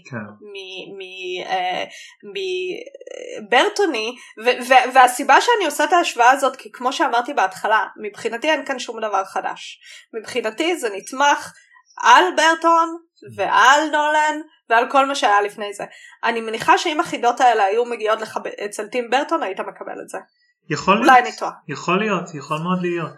מברטוני, והסיבה שאני עושה את ההשוואה הזאת, כי כמו שאמרתי בהתחלה, מבחינתי אין כאן שום דבר חדש. מבחינתי זה נתמך על ברטון ועל נולן ועל כל מה שהיה לפני זה. אני מניחה שאם החידות האלה היו מגיעות אצל טים ברטון, היית מקבל את זה. אולי נטוע. יכול להיות, יכול מאוד להיות.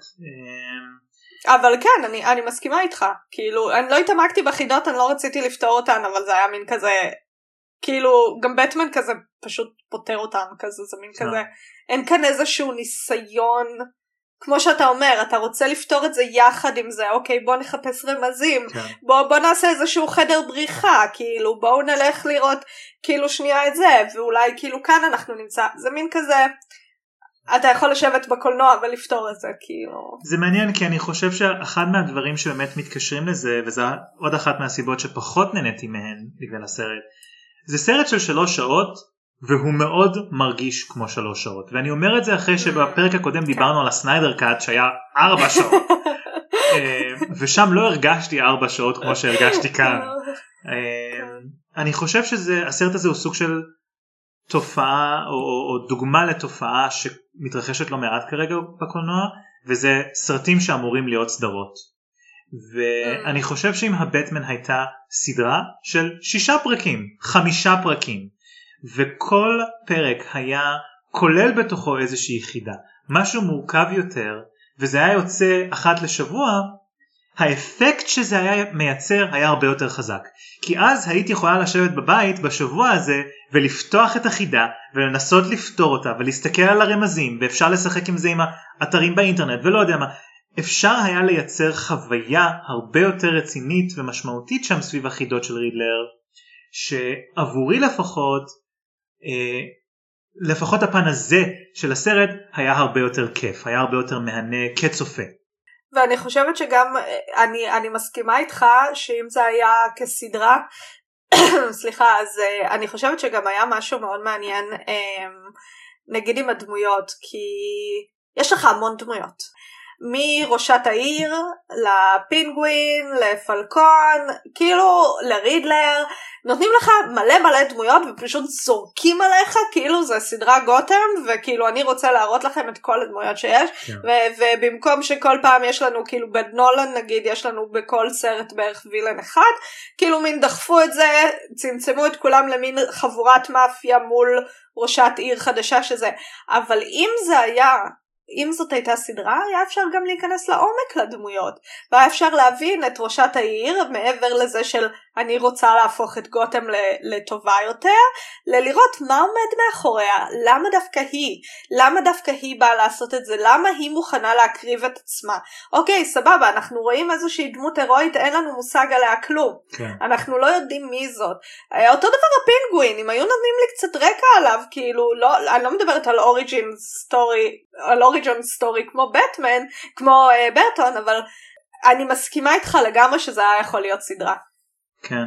אבל כן, אני מסכימה איתך. כאילו, אני לא התעמקתי בחידות, אני לא רציתי לפתור אותן, אבל זה היה מין כזה, כאילו, גם בטמן כזה פשוט פותר אותן כזה, זה מין כזה, אין כאן איזשהו ניסיון, כמו שאתה אומר, אתה רוצה לפתור את זה יחד עם זה, אוקיי, בוא נחפש רמזים, בוא נעשה איזשהו חדר בריחה, כאילו, בואו נלך לראות, כאילו, שנייה את זה, ואולי כאילו כאן אנחנו נמצא, זה מין כזה, אתה יכול לשבת בקולנוע ולפתור את זה, כאילו. זה מעניין, כי אני חושב שאחד מהדברים שבאמת מתקשרים לזה, וזה עוד אחת מהסיבות שפחות נהניתי מהן בגלל הסרט, זה סרט של 3 שעות, והוא מאוד מרגיש כמו 3 שעות. ואני אומר את זה אחרי שבפרק הקודם דיברנו על הסניידר קאט שהיה 4 שעות. ושם לא הרגשתי 4 שעות כמו שהרגשתי כאן. אני חושב שהסרט הזה הוא סוג של תופעה או דוגמה לתופעה שמתרחשת לא מעט כרגע בקולנוע, וזה סרטים שאמורים להיות סדרות. ואני חושב שאם הבטמן הייתה סדרה של 6 פרקים, 5 פרקים, וכל פרק היה כולל בתוכו איזושהי יחידה, משהו מורכב יותר, וזה היה יוצא אחת לשבוע, האפקט שזה היה מייצר היה הרבה יותר חזק. כי אז הייתי יכולה לשבת בבית בשבוע הזה ולפתוח את החידה ולנסות לפתור אותה ולהסתכל על הרמזים, ואפשר לשחק עם זה עם האתרים באינטרנט ולא יודע מה. אפשר היה לייצר חוויה הרבה יותר רצינית ומשמעותית שם סביב החידות של רידלר, שעבורי לפחות הפן הזה של הסרט היה הרבה יותר כיף, היה הרבה יותר מהנה כצופה. ואני חושבת שגם אני מסכימה איתך שאם זה היה כסדרה, סליחה, אז אני חושבת שגם היה משהו מאוד מעניין, נגיד עם הדמויות, כי יש לך המון דמויות. מראשת העיר, לפינגווין, לפלקון, כאילו לרידלר, נותנים לך מלא דמויות ופשוט זורקים עליך, כאילו זה סדרה גותם, וכאילו אני רוצה להראות לכם את כל הדמויות שיש, ובמקום שכל פעם יש לנו, כאילו בנולן נגיד, יש לנו בכל סרט בערך וילן אחד, כאילו מין דחפו את זה, צמצמו את כולם למין חבורת מאפיה מול ראשת עיר חדשה שזה, אבל אם זאת הייתה סדרה, היה אפשר גם להיכנס לעומק לדמויות, והיה אפשר להבין את ראשת העיר, מעבר לזה של אני רוצה להפוך את גותם לטובה יותר, לראות מה עומד מאחוריה, למה דווקא היא באה לעשות את זה, למה היא מוכנה להקריב את עצמה. אוקיי, סבבה, אנחנו רואים איזושהי דמות הירואית, אין לנו מושג עליה כלום, אנחנו לא יודעים מי זאת. אותו דבר הפינגווין, אם היו נותנים לי קצת רקע עליו, כאילו, אני לא מדברת על אוריג'ין סטורי כמו בטמן, כמו ברטון, אבל אני מסכימה איתך לגמרי שזה היה יכול להיות סדרה. כן,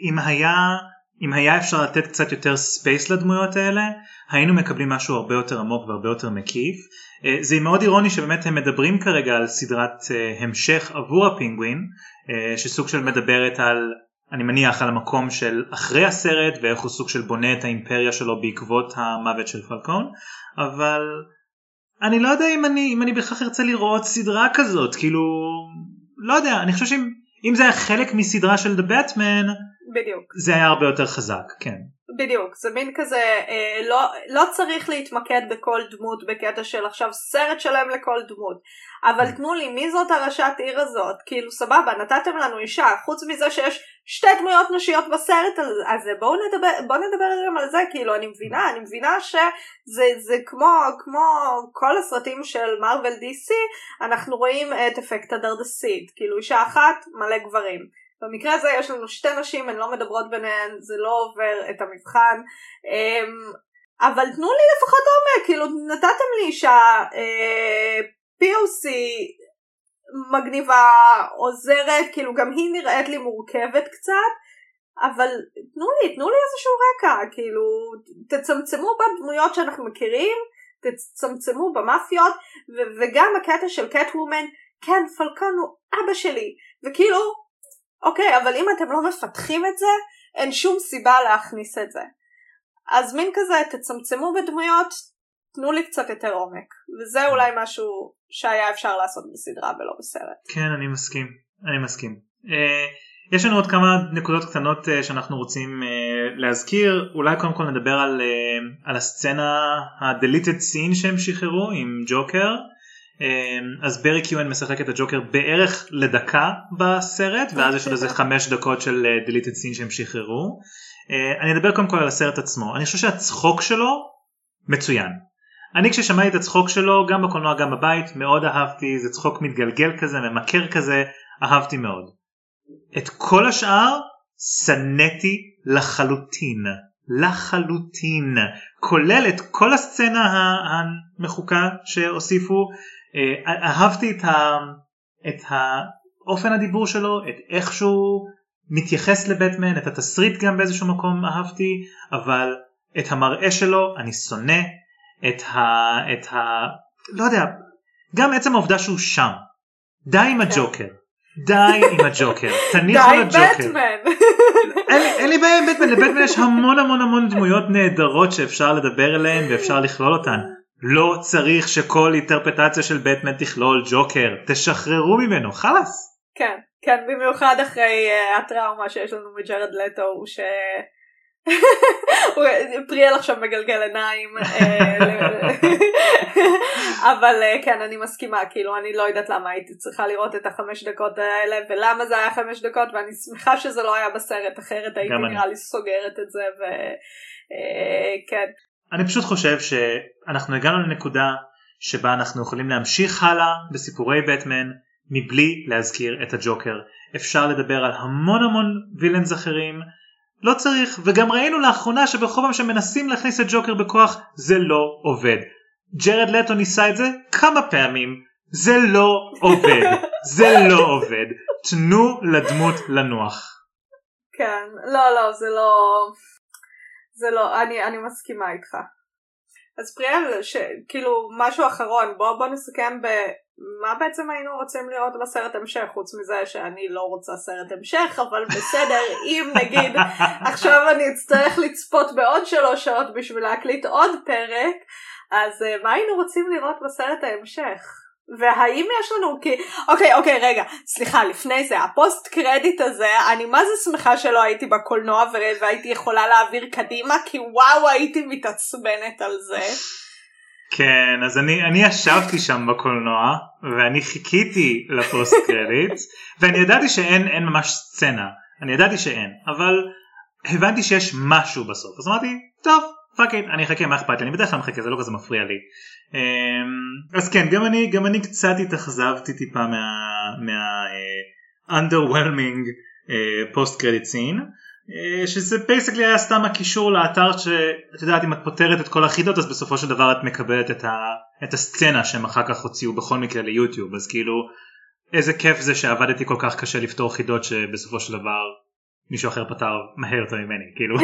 אם היה אפשר לתת קצת יותר ספייס לדמויות האלה, היינו מקבלים משהו הרבה יותר עמוק והרבה יותר מקיף. זה מאוד אירוני שבאמת הם מדברים כרגע על סדרת המשך עבור הפינגווין, שסוג של מדברת על, אני מניח, על המקום של אחרי הסרט, ואיך הוא סוג של בונה את האימפריה שלו בעקבות המוות של פלקון, אבל אני לא יודע אם אני בכך ארצה לראות סדרה כזאת, כאילו, לא יודע, אני חושב שאם זה היה חלק מסדרה של The Batman, בדיוק. זה היה הרבה יותר חזק, כן. בדיוק, זה מין כזה, לא צריך להתמקד בכל דמות בקטע של עכשיו סרט שלם לכל דמות, אבל תנו לי, מי זאת הראשת עיר הזאת? כאילו סבבה, נתתם לנו אישה, חוץ מזה שיש 2 דמויות נשיות בסרט הזה, בואו נדבר גם על זה, כאילו אני מבינה שזה כמו כל הסרטים של מרוול DC, אנחנו רואים את אפקט הדרדסית, כאילו אישה אחת, מלא גברים. במקרה הזה יש לנו 2 נשים, הן לא מדברות ביניהן, זה לא עובר את המבחן, אבל תנו לי לפחות עומק, כאילו נתתם לי אישה POC מגניבה, עוזרת, כאילו גם היא נראית לי מורכבת קצת, אבל תנו לי איזשהו רקע, כאילו תצמצמו בדמויות שאנחנו מכירים, תצמצמו במאפיות, וגם הקטע של קטוומן, כן פלקון הוא אבא שלי, וכאילו אוקיי, אבל אם אתם לא מפתחים את זה, אין שום סיבה להכניס את זה. אז מין כזה, תצמצמו בדמויות, תנו לי קצת יותר עומק. וזה אולי משהו שהיה אפשר לעשות בסדרה ולא בסרט. כן, אני מסכים. יש לנו עוד כמה נקודות קטנות שאנחנו רוצים להזכיר. אולי קודם כל נדבר על הסצנה ה-deleted scene שהם שחררו עם ג'וקר. אז ברי קיואן משחק את הג'וקר בערך לדקה בסרט, ואז יש לזה 5 דקות של deleted scene שהם שחררו. אני אדבר קודם כל על הסרט עצמו. אני חושב שהצחוק שלו מצוין. אני כששמעתי את הצחוק שלו גם בקולנוע גם בבית מאוד אהבתי, זה צחוק מתגלגל כזה, ממכר כזה, אהבתי מאוד. את כל השאר סנתי לחלוטין, כולל את כל הסצנה המחוקה שהוסיפו. אהבתי את האופן הדיבור שלו, את איך שהוא מתייחס לבטמן, את התסריט גם באיזשהו מקום אהבתי, אבל את המראה שלו אני שונא, לא יודע, גם עצם העובדה שהוא שם. די עם הג'וקר, תניחו לג'וקר. אין לי בעיה עם בטמן, לבטמן יש המון דמויות נהדרות שאפשר לדבר עליהן ואפשר לכלול אותן. לא צריך שכל אינטרפטציה של בטמן תכלול ג'וקר, תשחררו ממנו, חלאס. כן, במיוחד אחרי הטראומה שיש לנו מג'רד לטו, הוא פריאל עכשיו מגלגל עיניים, אבל כן, אני מסכימה, כאילו אני לא יודעת למה הייתי צריכה לראות את 5 דקות האלה, ולמה זה היה 5 דקות, ואני שמחה שזה לא היה בסרט, אחרת הייתי נראה לי סוגרת את זה, וכן. אני פשוט חושב שאנחנו הגענו לנקודה שבה אנחנו יכולים להמשיך הלאה בסיפורי בטמן, מבלי להזכיר את הג'וקר. אפשר לדבר על המון וילאנס אחרים, לא צריך, וגם ראינו לאחרונה שבכל פעם שמנסים להכניס את ג'וקר בכוח, זה לא עובד. ג'רד לטו ניסה את זה כמה פעמים, זה לא עובד. תנו לדמות לנוח. כן, לא, זה לא, אני מסכימה איתך. אז פריאל, כאילו משהו אחרון, בוא נסכם מה בעצם היינו רוצים לראות בסרט המשך, חוץ מזה שאני לא רוצה סרט המשך, אבל בסדר, אם נגיד עכשיו אני אצטרך לצפות בעוד 3 שעות בשביל להקליט עוד פרק, אז מה היינו רוצים לראות בסרט ההמשך? והאם יש לנו, כי, אוקיי, רגע, סליחה, לפני זה, הפוסט קרדיט הזה, אני מה זה שמחה שלא הייתי בקולנוע והייתי יכולה להעביר קדימה, כי וואו, הייתי מתעצבנת על זה. כן, אז אני ישבתי שם בקולנוע, ואני חיכיתי לפוסט קרדיט, ואני ידעתי שאין ממש סצנה, אני ידעתי שאין, אבל הבנתי שיש משהו בסוף, אז אמרתי, טוב, פאק איט, אני אחכה, מה אכפת לי, אני בדרך כלל מחכה, זה לא כזה מפריע לי. אז כן, גם אני קצת התאכזבתי טיפה מה-underwhelming post-credit scene, שזה basically היה סתם הקישור לאתר שאת יודעת, אם את פותרת את כל החידות, אז בסופו של דבר את מקבלת את הסצנה שהם אחר כך הוציאו בכל מקרה ליוטיוב, אז כאילו, איזה כיף זה שעבדתי כל כך קשה לפתור חידות שבסופו של דבר מישהו אחר פתר מהר יותר ממני, כאילו.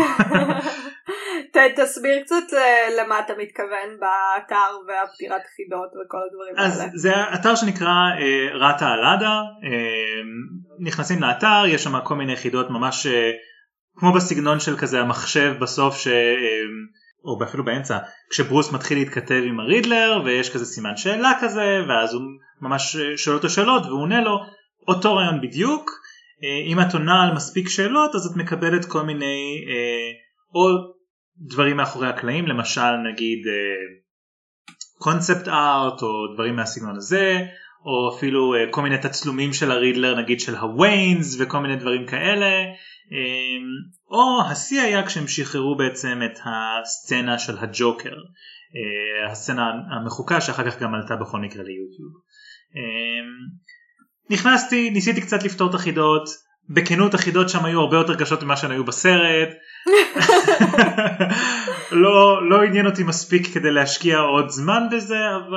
תסביר קצת למה אתה מתכוון באתר והפתירת חידות וכל הדברים האלה. אז זה אתר שנקרא רטה אלאדה, נכנסים לאתר, יש שם כל מיני חידות ממש כמו בסגנון של כזה המחשב בסוף, או אפילו באמצע, כשברוס מתחיל להתכתב עם הרידלר ויש כזה סימן שאלה כזה, ואז הוא ממש שואל אותו שאלות והוא עונה לו, אותו רעיון בדיוק. אם את עונה על מספיק שאלות אז את מקבלת כל מיני או דברים מאחורי הקלעים, למשל נגיד קונספט ארט או דברים מהסגנון הזה, או אפילו כל מיני תצלומים של הרידלר, נגיד של הוויינס וכל מיני דברים כאלה, או השיא היה כשהם שחררו בעצם את הסצנה של הג'וקר, הסצנה המחוקה שאחר כך גם עלתה בכל מקרה ליוטיוב. נכנסתי, ניסיתי קצת לפתור את החידות, בכנות החידות שם היו הרבה יותר קשות ממה שהן היו בסרט, לא עניין אותי מספיק כדי להשקיע עוד זמן בזה,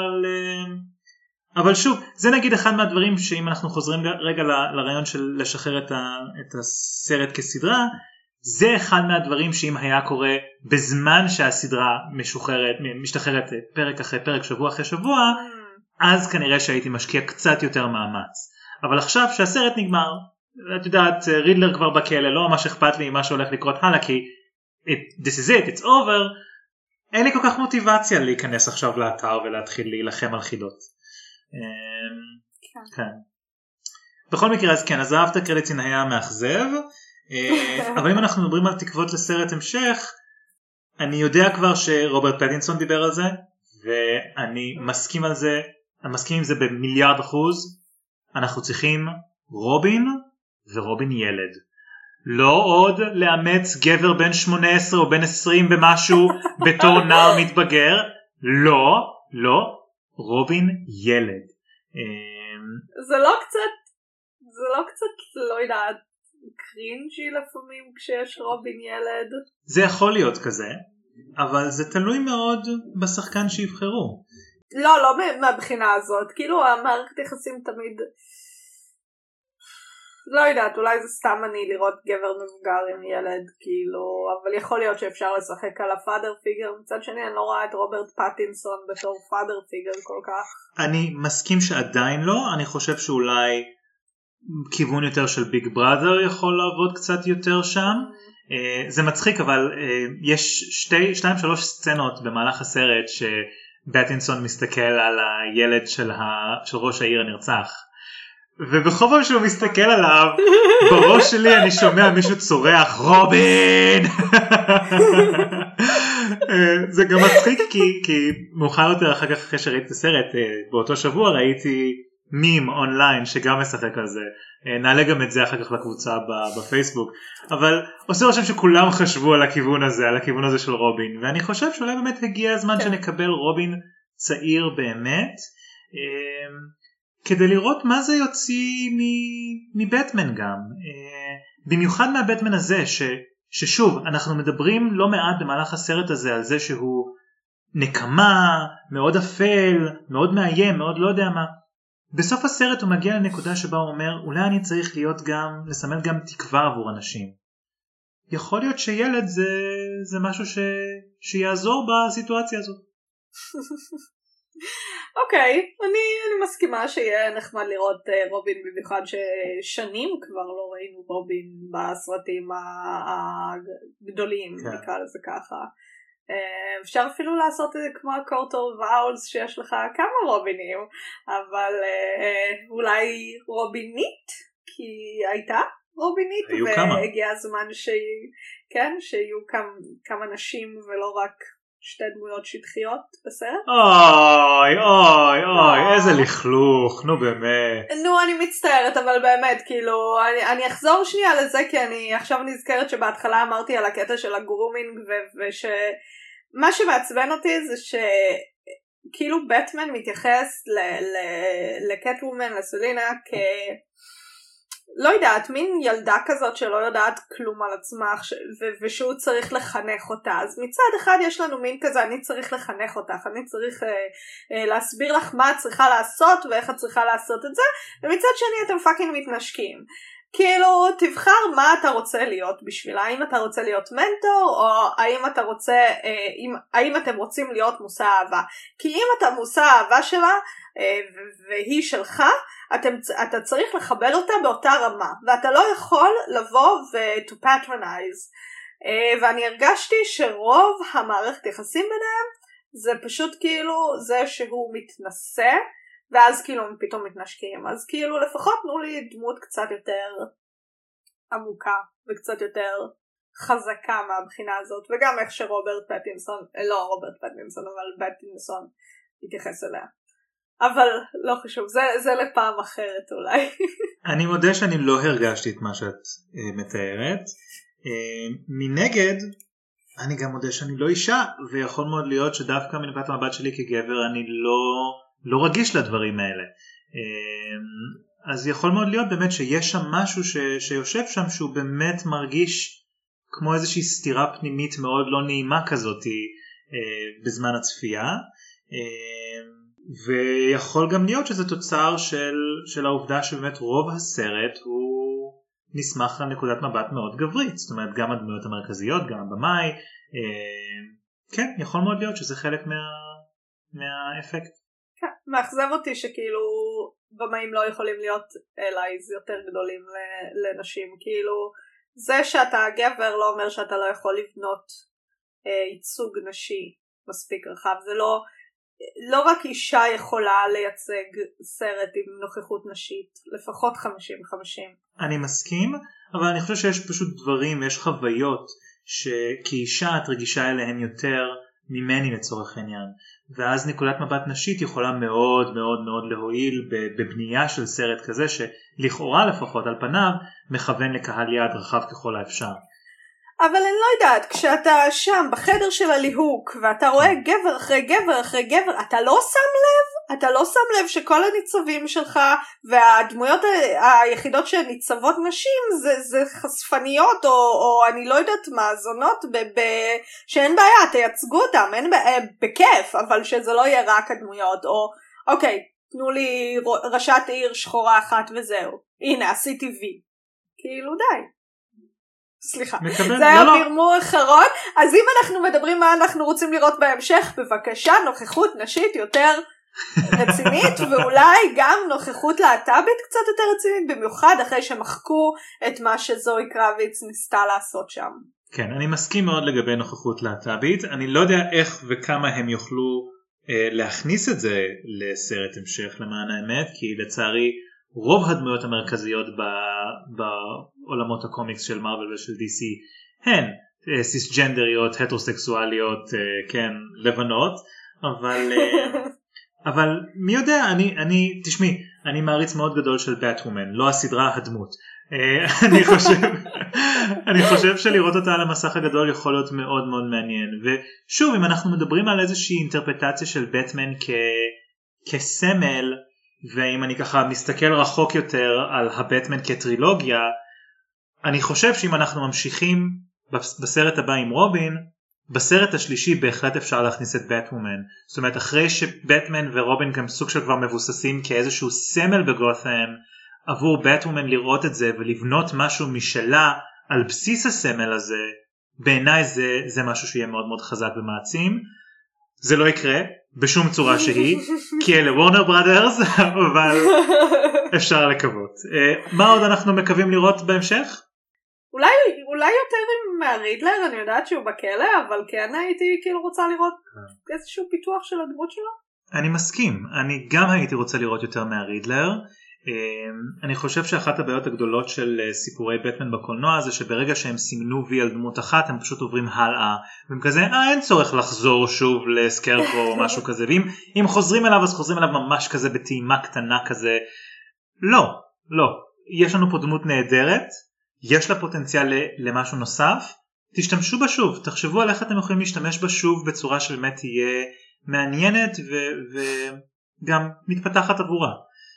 אבל שוב, זה נגיד אחד מהדברים שאם אנחנו חוזרים רגע לרעיון של לשחרר את הסרט כסדרה, זה אחד מהדברים שאם היה קורה בזמן שהסדרה משתחררת פרק אחרי פרק, שבוע אחרי שבוע, אז כנראה שהייתי משקיע קצת יותר מאמץ. אבל עכשיו שהסרט נגמר, את יודעת, רידלר כבר בכלא, לא ממש אכפת לי מה שהולך לקרות הלאה, כי this is it, it's over, אין לי כל כך מוטיבציה להיכנס עכשיו לאתר ולהתחיל להילחם על חידות. כן. בכל מקרה, אז כן, אז האפטר קרדיט סין היה מאכזב, אבל אם אנחנו מדברים על תקוות לסרט המשך, אני יודע כבר שרוברט פטינסון דיבר על זה, ואני מסכים על זה, אני מסכים עם זה ב1,000,000,000%, אנחנו צריכים רובין ורובין ילד. לא עוד לאמץ גבר בן 18 או בן 20 במשהו בתור נער מתבגר, לא, רובין ילד. זה לא קצת, לא יודעת, קרינג'י לפעמים כשיש רובין ילד? זה יכול להיות כזה, אבל זה תלוי מאוד בשחקן שיבחרו. לא מהבחינה הזאת, כאילו המערכת יחסים תמיד, לא יודעת, אולי זה סתם אני לראות גבר מבוגר עם ילד, כאילו, אבל יכול להיות שאפשר לשחק על הפאדר פיגר, מצד שני אני לא רואה את רוברט פטינסון בתור פאדר פיגר כל כך. אני מסכים שעדיין לא, אני חושב שאולי כיוון יותר של ביג בראדר יכול לעבוד קצת יותר שם, זה מצחיק, אבל יש 2-3 סצנות במהלך הסרט שבטינסון מסתכל על הילד של ראש העיר הנרצח, ובכל פעם שהוא מסתכל עליו, בראש שלי אני שומע מישהו צורח רובין. זה גם מצחיק כי מאוחר יותר אחרי שראיתי את הסרט, באותו שבוע ראיתי מים אונליין שגם משחק על זה, נעלה גם את זה אחר כך לקבוצה בפייסבוק, אבל עושה רושם שכולם חשבו על הכיוון הזה של רובין, ואני חושב שאולי באמת הגיע הזמן שנקבל רובין צעיר באמת, כדי לראות מה זה יוציא מבטמן גם, במיוחד מהבטמן הזה ששוב אנחנו מדברים לא מעט במהלך הסרט הזה על זה שהוא נקמה, מאוד אפל, מאוד מאיים, מאוד לא יודע מה. בסוף הסרט הוא מגיע לנקודה שבה הוא אומר, אולי אני צריך לסמל גם תקווה עבור אנשים. יכול להיות שילד זה משהו שיעזור בסיטואציה הזאת. אוקיי, אני מסכימה שיהיה נחמד לראות רובין, במיוחד ששנים כבר לא ראינו רובין בסרטים הגדולים, נקרא לזה ככה. אפשר אפילו לעשות את זה כמו הקורטור ואולס שיש לך כמה רובינים, אבל אולי רובינית, כי הייתה רובינית, והגיע הזמן שיהיו כמה נשים ולא רק שתי דמויות שטחיות בסרט. אוי, איזה לכלוך, נו באמת. נו, אני מצטערת, אבל באמת, כאילו, אני אחזור שנייה לזה, כי אני עכשיו נזכרת שבהתחלה אמרתי על הקטע של הגרומינג, ושמה שמעצבן אותי זה שכאילו בטמן מתייחס לקטוומן, לסלינה, לא יודעת, מין ילדה כזאת שלא יודעת כלום על עצמה ושהוא צריך לחנך אותה. אז מצד אחד יש לנו מין כזה, אני צריך לחנך אותך, אני צריך להסביר לך מה את צריכה לעשות ואיך את צריכה לעשות את זה, ומצד שני אתם פאקינג מתנשקים. כאילו, תבחר מה אתה רוצה להיות בשבילה, האם אתה רוצה להיות מנטור, או האם אתם רוצים להיות מושא אהבה. כי אם אתה מושא האהבה שלה, והיא שלך, אתה צריך לקבל אותה באותה רמה, ואתה לא יכול לבוא to patronize. ואני הרגשתי שרוב המערכת יחסים ביניהם, זה פשוט כאילו זה שהוא מתנסה, ואז כאילו הם פתאום מתנשקים. אז כאילו לפחות תנו לי דמות קצת יותר עמוקה, וקצת יותר חזקה מהבחינה הזאת, וגם איך שרוברט פטינסון, לא רוברט פטינסון, אבל פטינסון התייחס אליה. אבל לא חשוב, זה לפעם אחרת אולי. אני מודה שאני לא הרגשתי את מה שאת מתארת. מנגד, אני גם מודה שאני לא אישה, ויכול מאוד להיות שדווקא מנקודת המבט שלי כגבר אני לא רגיש לדברים האלה. אז יכול מאוד להיות באמת שיש שם משהו שיושב שם שהוא באמת מרגיש כמו איזושהי סתירה פנימית מאוד לא נעימה כזאת בזמן הצפייה. ויכול גם להיות שזה תוצר של העובדה שבאמת רוב הסרט הוא נסמך על נקודת מבט מאוד גברית, זאת אומרת גם הדמויות המרכזיות, גם הבמאי, כן, יכול מאוד להיות שזה חלק מהאפקט. כן, מאכזב אותי שכאילו במאים לא יכולים להיות אלייז יותר גדולים לנשים, כאילו זה שאתה גבר לא אומר שאתה לא יכול לבנות ייצוג נשי מספיק רחב, זה לא רק אישה יכולה לייצג סרט עם נוכחות נשית, לפחות 50-50. אני מסכים, אבל אני חושב שיש פשוט דברים, יש חוויות שכאישה את רגישה אליהן יותר ממני לצורך העניין, ואז נקודת מבט נשית יכולה מאוד מאוד מאוד להועיל בבנייה של סרט כזה שלכאורה לפחות על פניו מכוון לקהל יעד רחב ככל האפשר. אבל אני לא יודעת, כשאתה שם בחדר של הליהוק ואתה רואה גבר אחרי גבר אחרי גבר, אתה לא שם לב שכל הניצבים שלך והדמויות היחידות שניצבות נשים זה חשפניות או אני לא יודעת מה, זונות שאין בעיה, תייצגו אותם, אין בעיה, בכיף, אבל שזה לא יהיה רק הדמויות, או אוקיי, תנו לי ראשת עיר שחורה אחת וזהו, הנה עשיתי וי, כאילו די. סליחה, זה היה ברמור אחרון. אז אם אנחנו מדברים מה אנחנו רוצים לראות בהמשך, בבקשה נוכחות נשית יותר רצינית, ואולי גם נוכחות להט"בית קצת יותר רצינית, במיוחד אחרי שמחקו את מה שזוהי קרביץ ניסתה לעשות שם. כן, אני מסכים מאוד לגבי נוכחות להט"בית. אני לא יודע איך וכמה הם יוכלו להכניס את זה לסרט המשך למען האמת, כי לצערי רוב הדמויות המרכזיות בעולמות הקומיקס של מארוול ושל DC הן סיסג'נדריות, הטרוסקסואליות, כן, לבנות, אבל מי יודע, תשמעי, אני מעריץ מאוד גדול של באטוומן, לא הסדרה, הדמות. אני חושב שלראות אותה על המסך הגדול יכול להיות מאוד מאוד מעניין, ושוב, אם אנחנו מדברים על איזושהי אינטרפטציה של באטמן כסמל, ואם אני ככה מסתכל רחוק יותר על הבטמן כטרילוגיה, אני חושב שאם אנחנו ממשיכים בסרט הבא עם רובין, בסרט השלישי בהחלט אפשר להכניס את באטוומן. זאת אומרת, אחרי שבטמן ורובין גם סוג של כבר מבוססים כאיזשהו סמל בגותם, עבור באטוומן לראות את זה ולבנות משהו משלה על בסיס הסמל הזה, בעיניי זה משהו שיהיה מאוד מאוד חזק ומעצים. זה לא יקרה בשום צורה שהיא, כי אלה וורנר בראדרס, אבל אפשר לקוות. מה עוד אנחנו מקווים לראות בהמשך? אולי יותר עם מהרידלר, אני יודעת שהוא בכלא, אבל כן הייתי כאילו רוצה לראות איזשהו פיתוח של הדמות שלו. אני מסכים, אני גם הייתי רוצה לראות יותר מהרידלר. אני חושב שאחת הבעיות הגדולות של סיפורי בטמן בקולנוע זה שברגע שהם סימנו וי על דמות אחת הם פשוט עוברים הלאה, והם כזה אין צורך לחזור שוב לסקרפרו או משהו כזה, ואם חוזרים אליו אז חוזרים אליו ממש כזה בטעימה קטנה כזה. לא, יש לנו פה דמות נהדרת, יש לה פוטנציאל למשהו נוסף, תשתמשו בה שוב, תחשבו על איך אתם יכולים להשתמש בה שוב בצורה של באמת תהיה מעניינת וגם מתפתחת עבורה.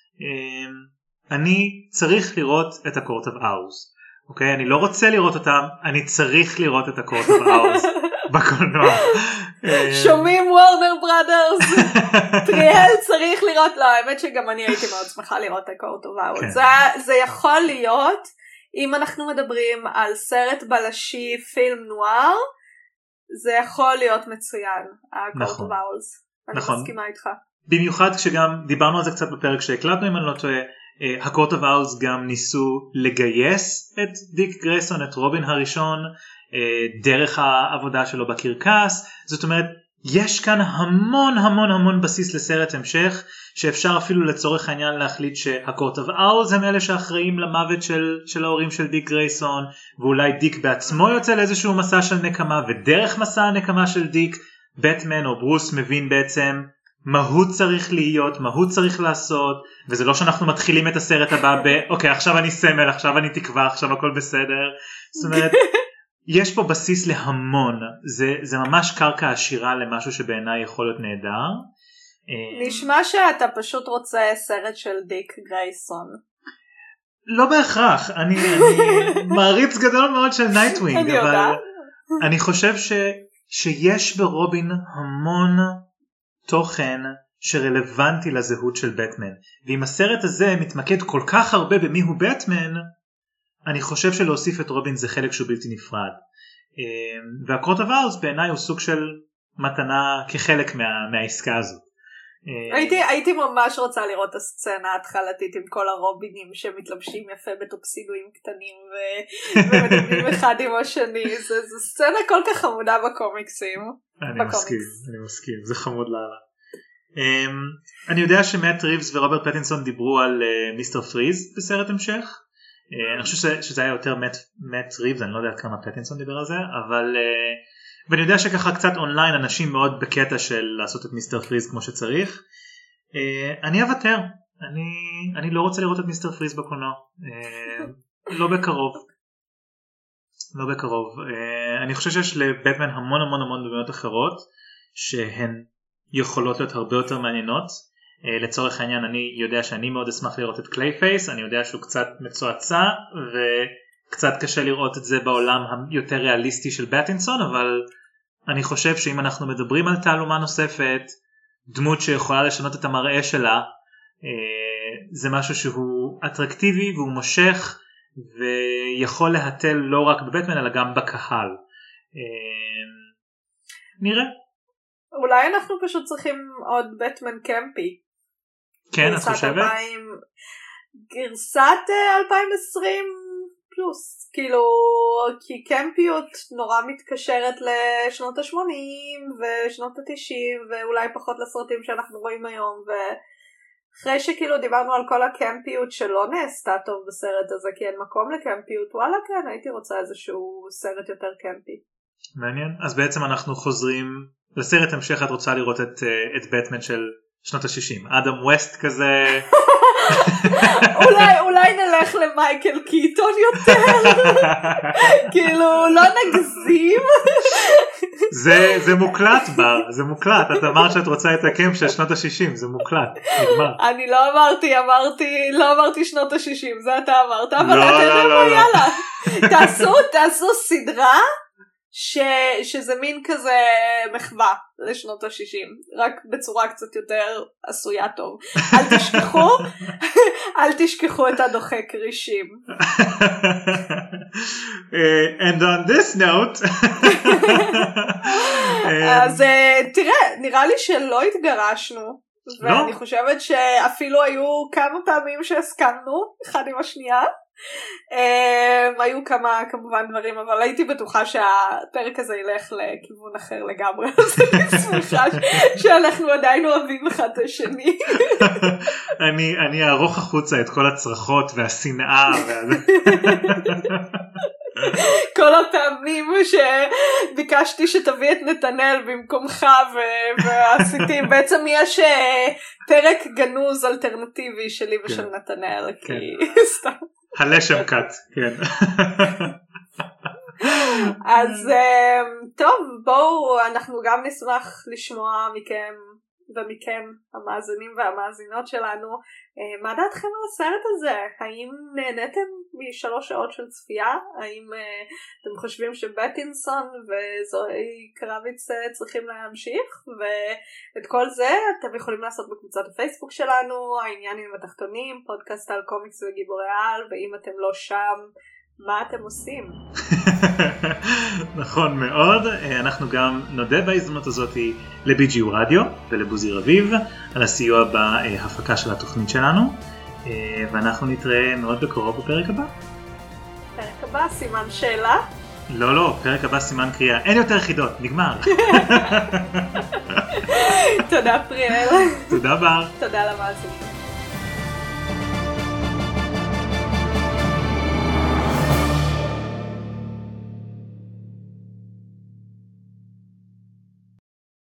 אני צריך לראות את ה-Court of Owls, אוקיי? אני לא רוצה לראות אותם, אני צריך לראות את ה-Court of Owls בקולנוע. שומעים וורנר בראדרס, טריאל צריך לראות. לא, האמת שגם אני הייתי מאוד שמחה לראות את ה-Court of Owls. זה יכול להיות, אם אנחנו מדברים על סרט בלשי פילם נואר, זה יכול להיות מצוין, ה-Court of Owls. אני מסכימה איתך. במיוחד כשגם דיברנו על זה קצת בפרק שהקלטנו, אם אני לא טועה, ה-Court of Owls גם ניסו לגייס את דיק גרייסון, את רובין הראשון, דרך העבודה שלו בקרקס. זאת אומרת, יש כאן המון בסיס לסרט המשך, שאפשר אפילו לצורך העניין להחליט שה-Court of Owls הם אלה שאחראים למוות של ההורים של דיק גרייסון, ואולי דיק בעצמו יוצא לאיזשהו מסע של נקמה, ודרך מסע הנקמה של דיק, בטמן או ברוס מבין בעצם מה הוא צריך להיות, מה הוא צריך לעשות, וזה לא שאנחנו מתחילים את הסרט הבא אוקיי, עכשיו אני סמל, עכשיו אני תקווה, עכשיו הכל בסדר. זאת אומרת, יש פה בסיס להמון, זה ממש קרקע עשירה למשהו שבעיניי יכול להיות נהדר. נשמע שאתה פשוט רוצה סרט של דיק גרייסון. לא בהכרח, אני מעריץ גדול מאוד של נייטווינג, אבל אני חושב שיש ברובין המון תוכן שרלוונטי לזהות של בטמן, ואם הסרט הזה מתמקד כל כך הרבה במי הוא בטמן, אני חושב שלהוסיף את רובין זה חלק שהוא בלתי נפרד. וה-Court of Owls בעיניי הוא סוג של מתנה כחלק מהעסקה הזאת. הייתי ממש רוצה לראות את הסצנה ההתחלתית עם כל הרובינים שמתלבשים יפה בטוקסידואים קטנים ומדברים אחד עם השני. זו סצנה כל כך חמודה בקומיקסים. אני מסכים, זה חמוד לאללה. אני יודע שמט ריבס ורוברט פטינסון דיברו על מיסטר פריז בסרט המשך. אני חושב שזה היה יותר מט ריבס, אני לא יודע כמה פטינסון דיבר על זה, אבל ואני יודע שככה קצת אונליין אנשים מאוד בקטע של לעשות את מיסטר פריז כמו שצריך. אני אוותר, אני לא רוצה לראות את מיסטר פריז בקולנוע, לא בקרוב. אני חושב שיש לבטמן המון דמויות אחרות שהן יכולות להיות הרבה יותר מעניינות. לצורך העניין אני יודע שאני מאוד אשמח לראות את קלייפייס, אני יודע שהוא קצת מצועצע וקצת קשה לראות את זה בעולם היותר ריאליסטי של פטינסון, אבל אני חושב שאם אנחנו מדברים על תעלומה נוספת, דמות שיכולה לשנות את המראה שלה, זה משהו שהוא אטרקטיבי והוא מושך ויכול להטל לא רק בבטמן אלא גם בקהל. נראה. אולי אנחנו פשוט צריכים עוד בטמן קמפי. כן, את חושבת? גרסת 2020 פלוס, כאילו, כי קמפיות נורא מתקשרת לשנות ה-80 ושנות ה-90 ואולי פחות לסרטים שאנחנו רואים היום, ואחרי שכאילו דיברנו על כל הקמפיות שלא נעשתה טוב בסרט הזה כי אין מקום לקמפיות, וואלה כן, הייתי רוצה איזשהו סרט יותר קמפי. מעניין, אז בעצם אנחנו חוזרים לסרט המשך. את רוצה לראות את בטמן של שנות ה-60, אדם ווסט כזה. אולי נלך למייקל קיטון יותר, כאילו לא נגזים. זה מוקלט בה, זה מוקלט. את אמרת שאת רוצה את הקמפ של שנות ה-60, זה מוקלט, נגמר. אני לא אמרתי שנות ה-60, זה אתה אמרת, אבל אתה יודע מה, יאללה, תעשו סדרה שזה מין כזה מחווה לשנות ה-60, רק בצורה קצת יותר עשויה טוב. אל תשכחו את הדוחק רישים. And on this note, אז תראה, נראה לי שלא התגרשנו, ואני חושבת שאפילו היו כמה פעמים שהסכמנו אחד עם השנייה. היו כמה כמובן דברים, אבל הייתי בטוחה שהפרק הזה ילך לכיוון אחר לגמרי, אז אני שמחה שאנחנו עדיין אוהבים אחד את השני. אני אערוך החוצה את כל הצרחות והשנאה כל הפעמים שביקשתי שתביא את נתנאל במקומך ועשיתי, בעצם יש פרק גנוז אלטרנטיבי שלי ושל נתנאל, כי סתם הלשם קט, כן. אז טוב, בואו, אנחנו גם נשמח לשמוע מכם ומכם המאזינים והמאזינות שלנו, מה דעתכם על הסרט הזה? האם נהניתם מ3 שעות של צפייה? האם אתם חושבים שבטינסון וזוהי קרביץ צריכים להמשיך? ואת כל זה אתם יכולים לעשות בקבוצת הפייסבוק שלנו, העניינים התחתונים, פודקאסט על קומיקס וגיבורי על, ואם אתם לא שם, מה אתם עושים? נכון מאוד. אנחנו גם נודה בהזדמנות הזאת ל-BGU רדיו ולבוזי רביב על הסיוע בהפקה של התוכנית שלנו, ואנחנו נתראה מאוד בקרוב בפרק הבא. פרק הבא סימן שאלה? לא, פרק הבא סימן קריאה. אין יותר חידות, נגמר. תודה פריאל. תודה בר. תודה למאזינים.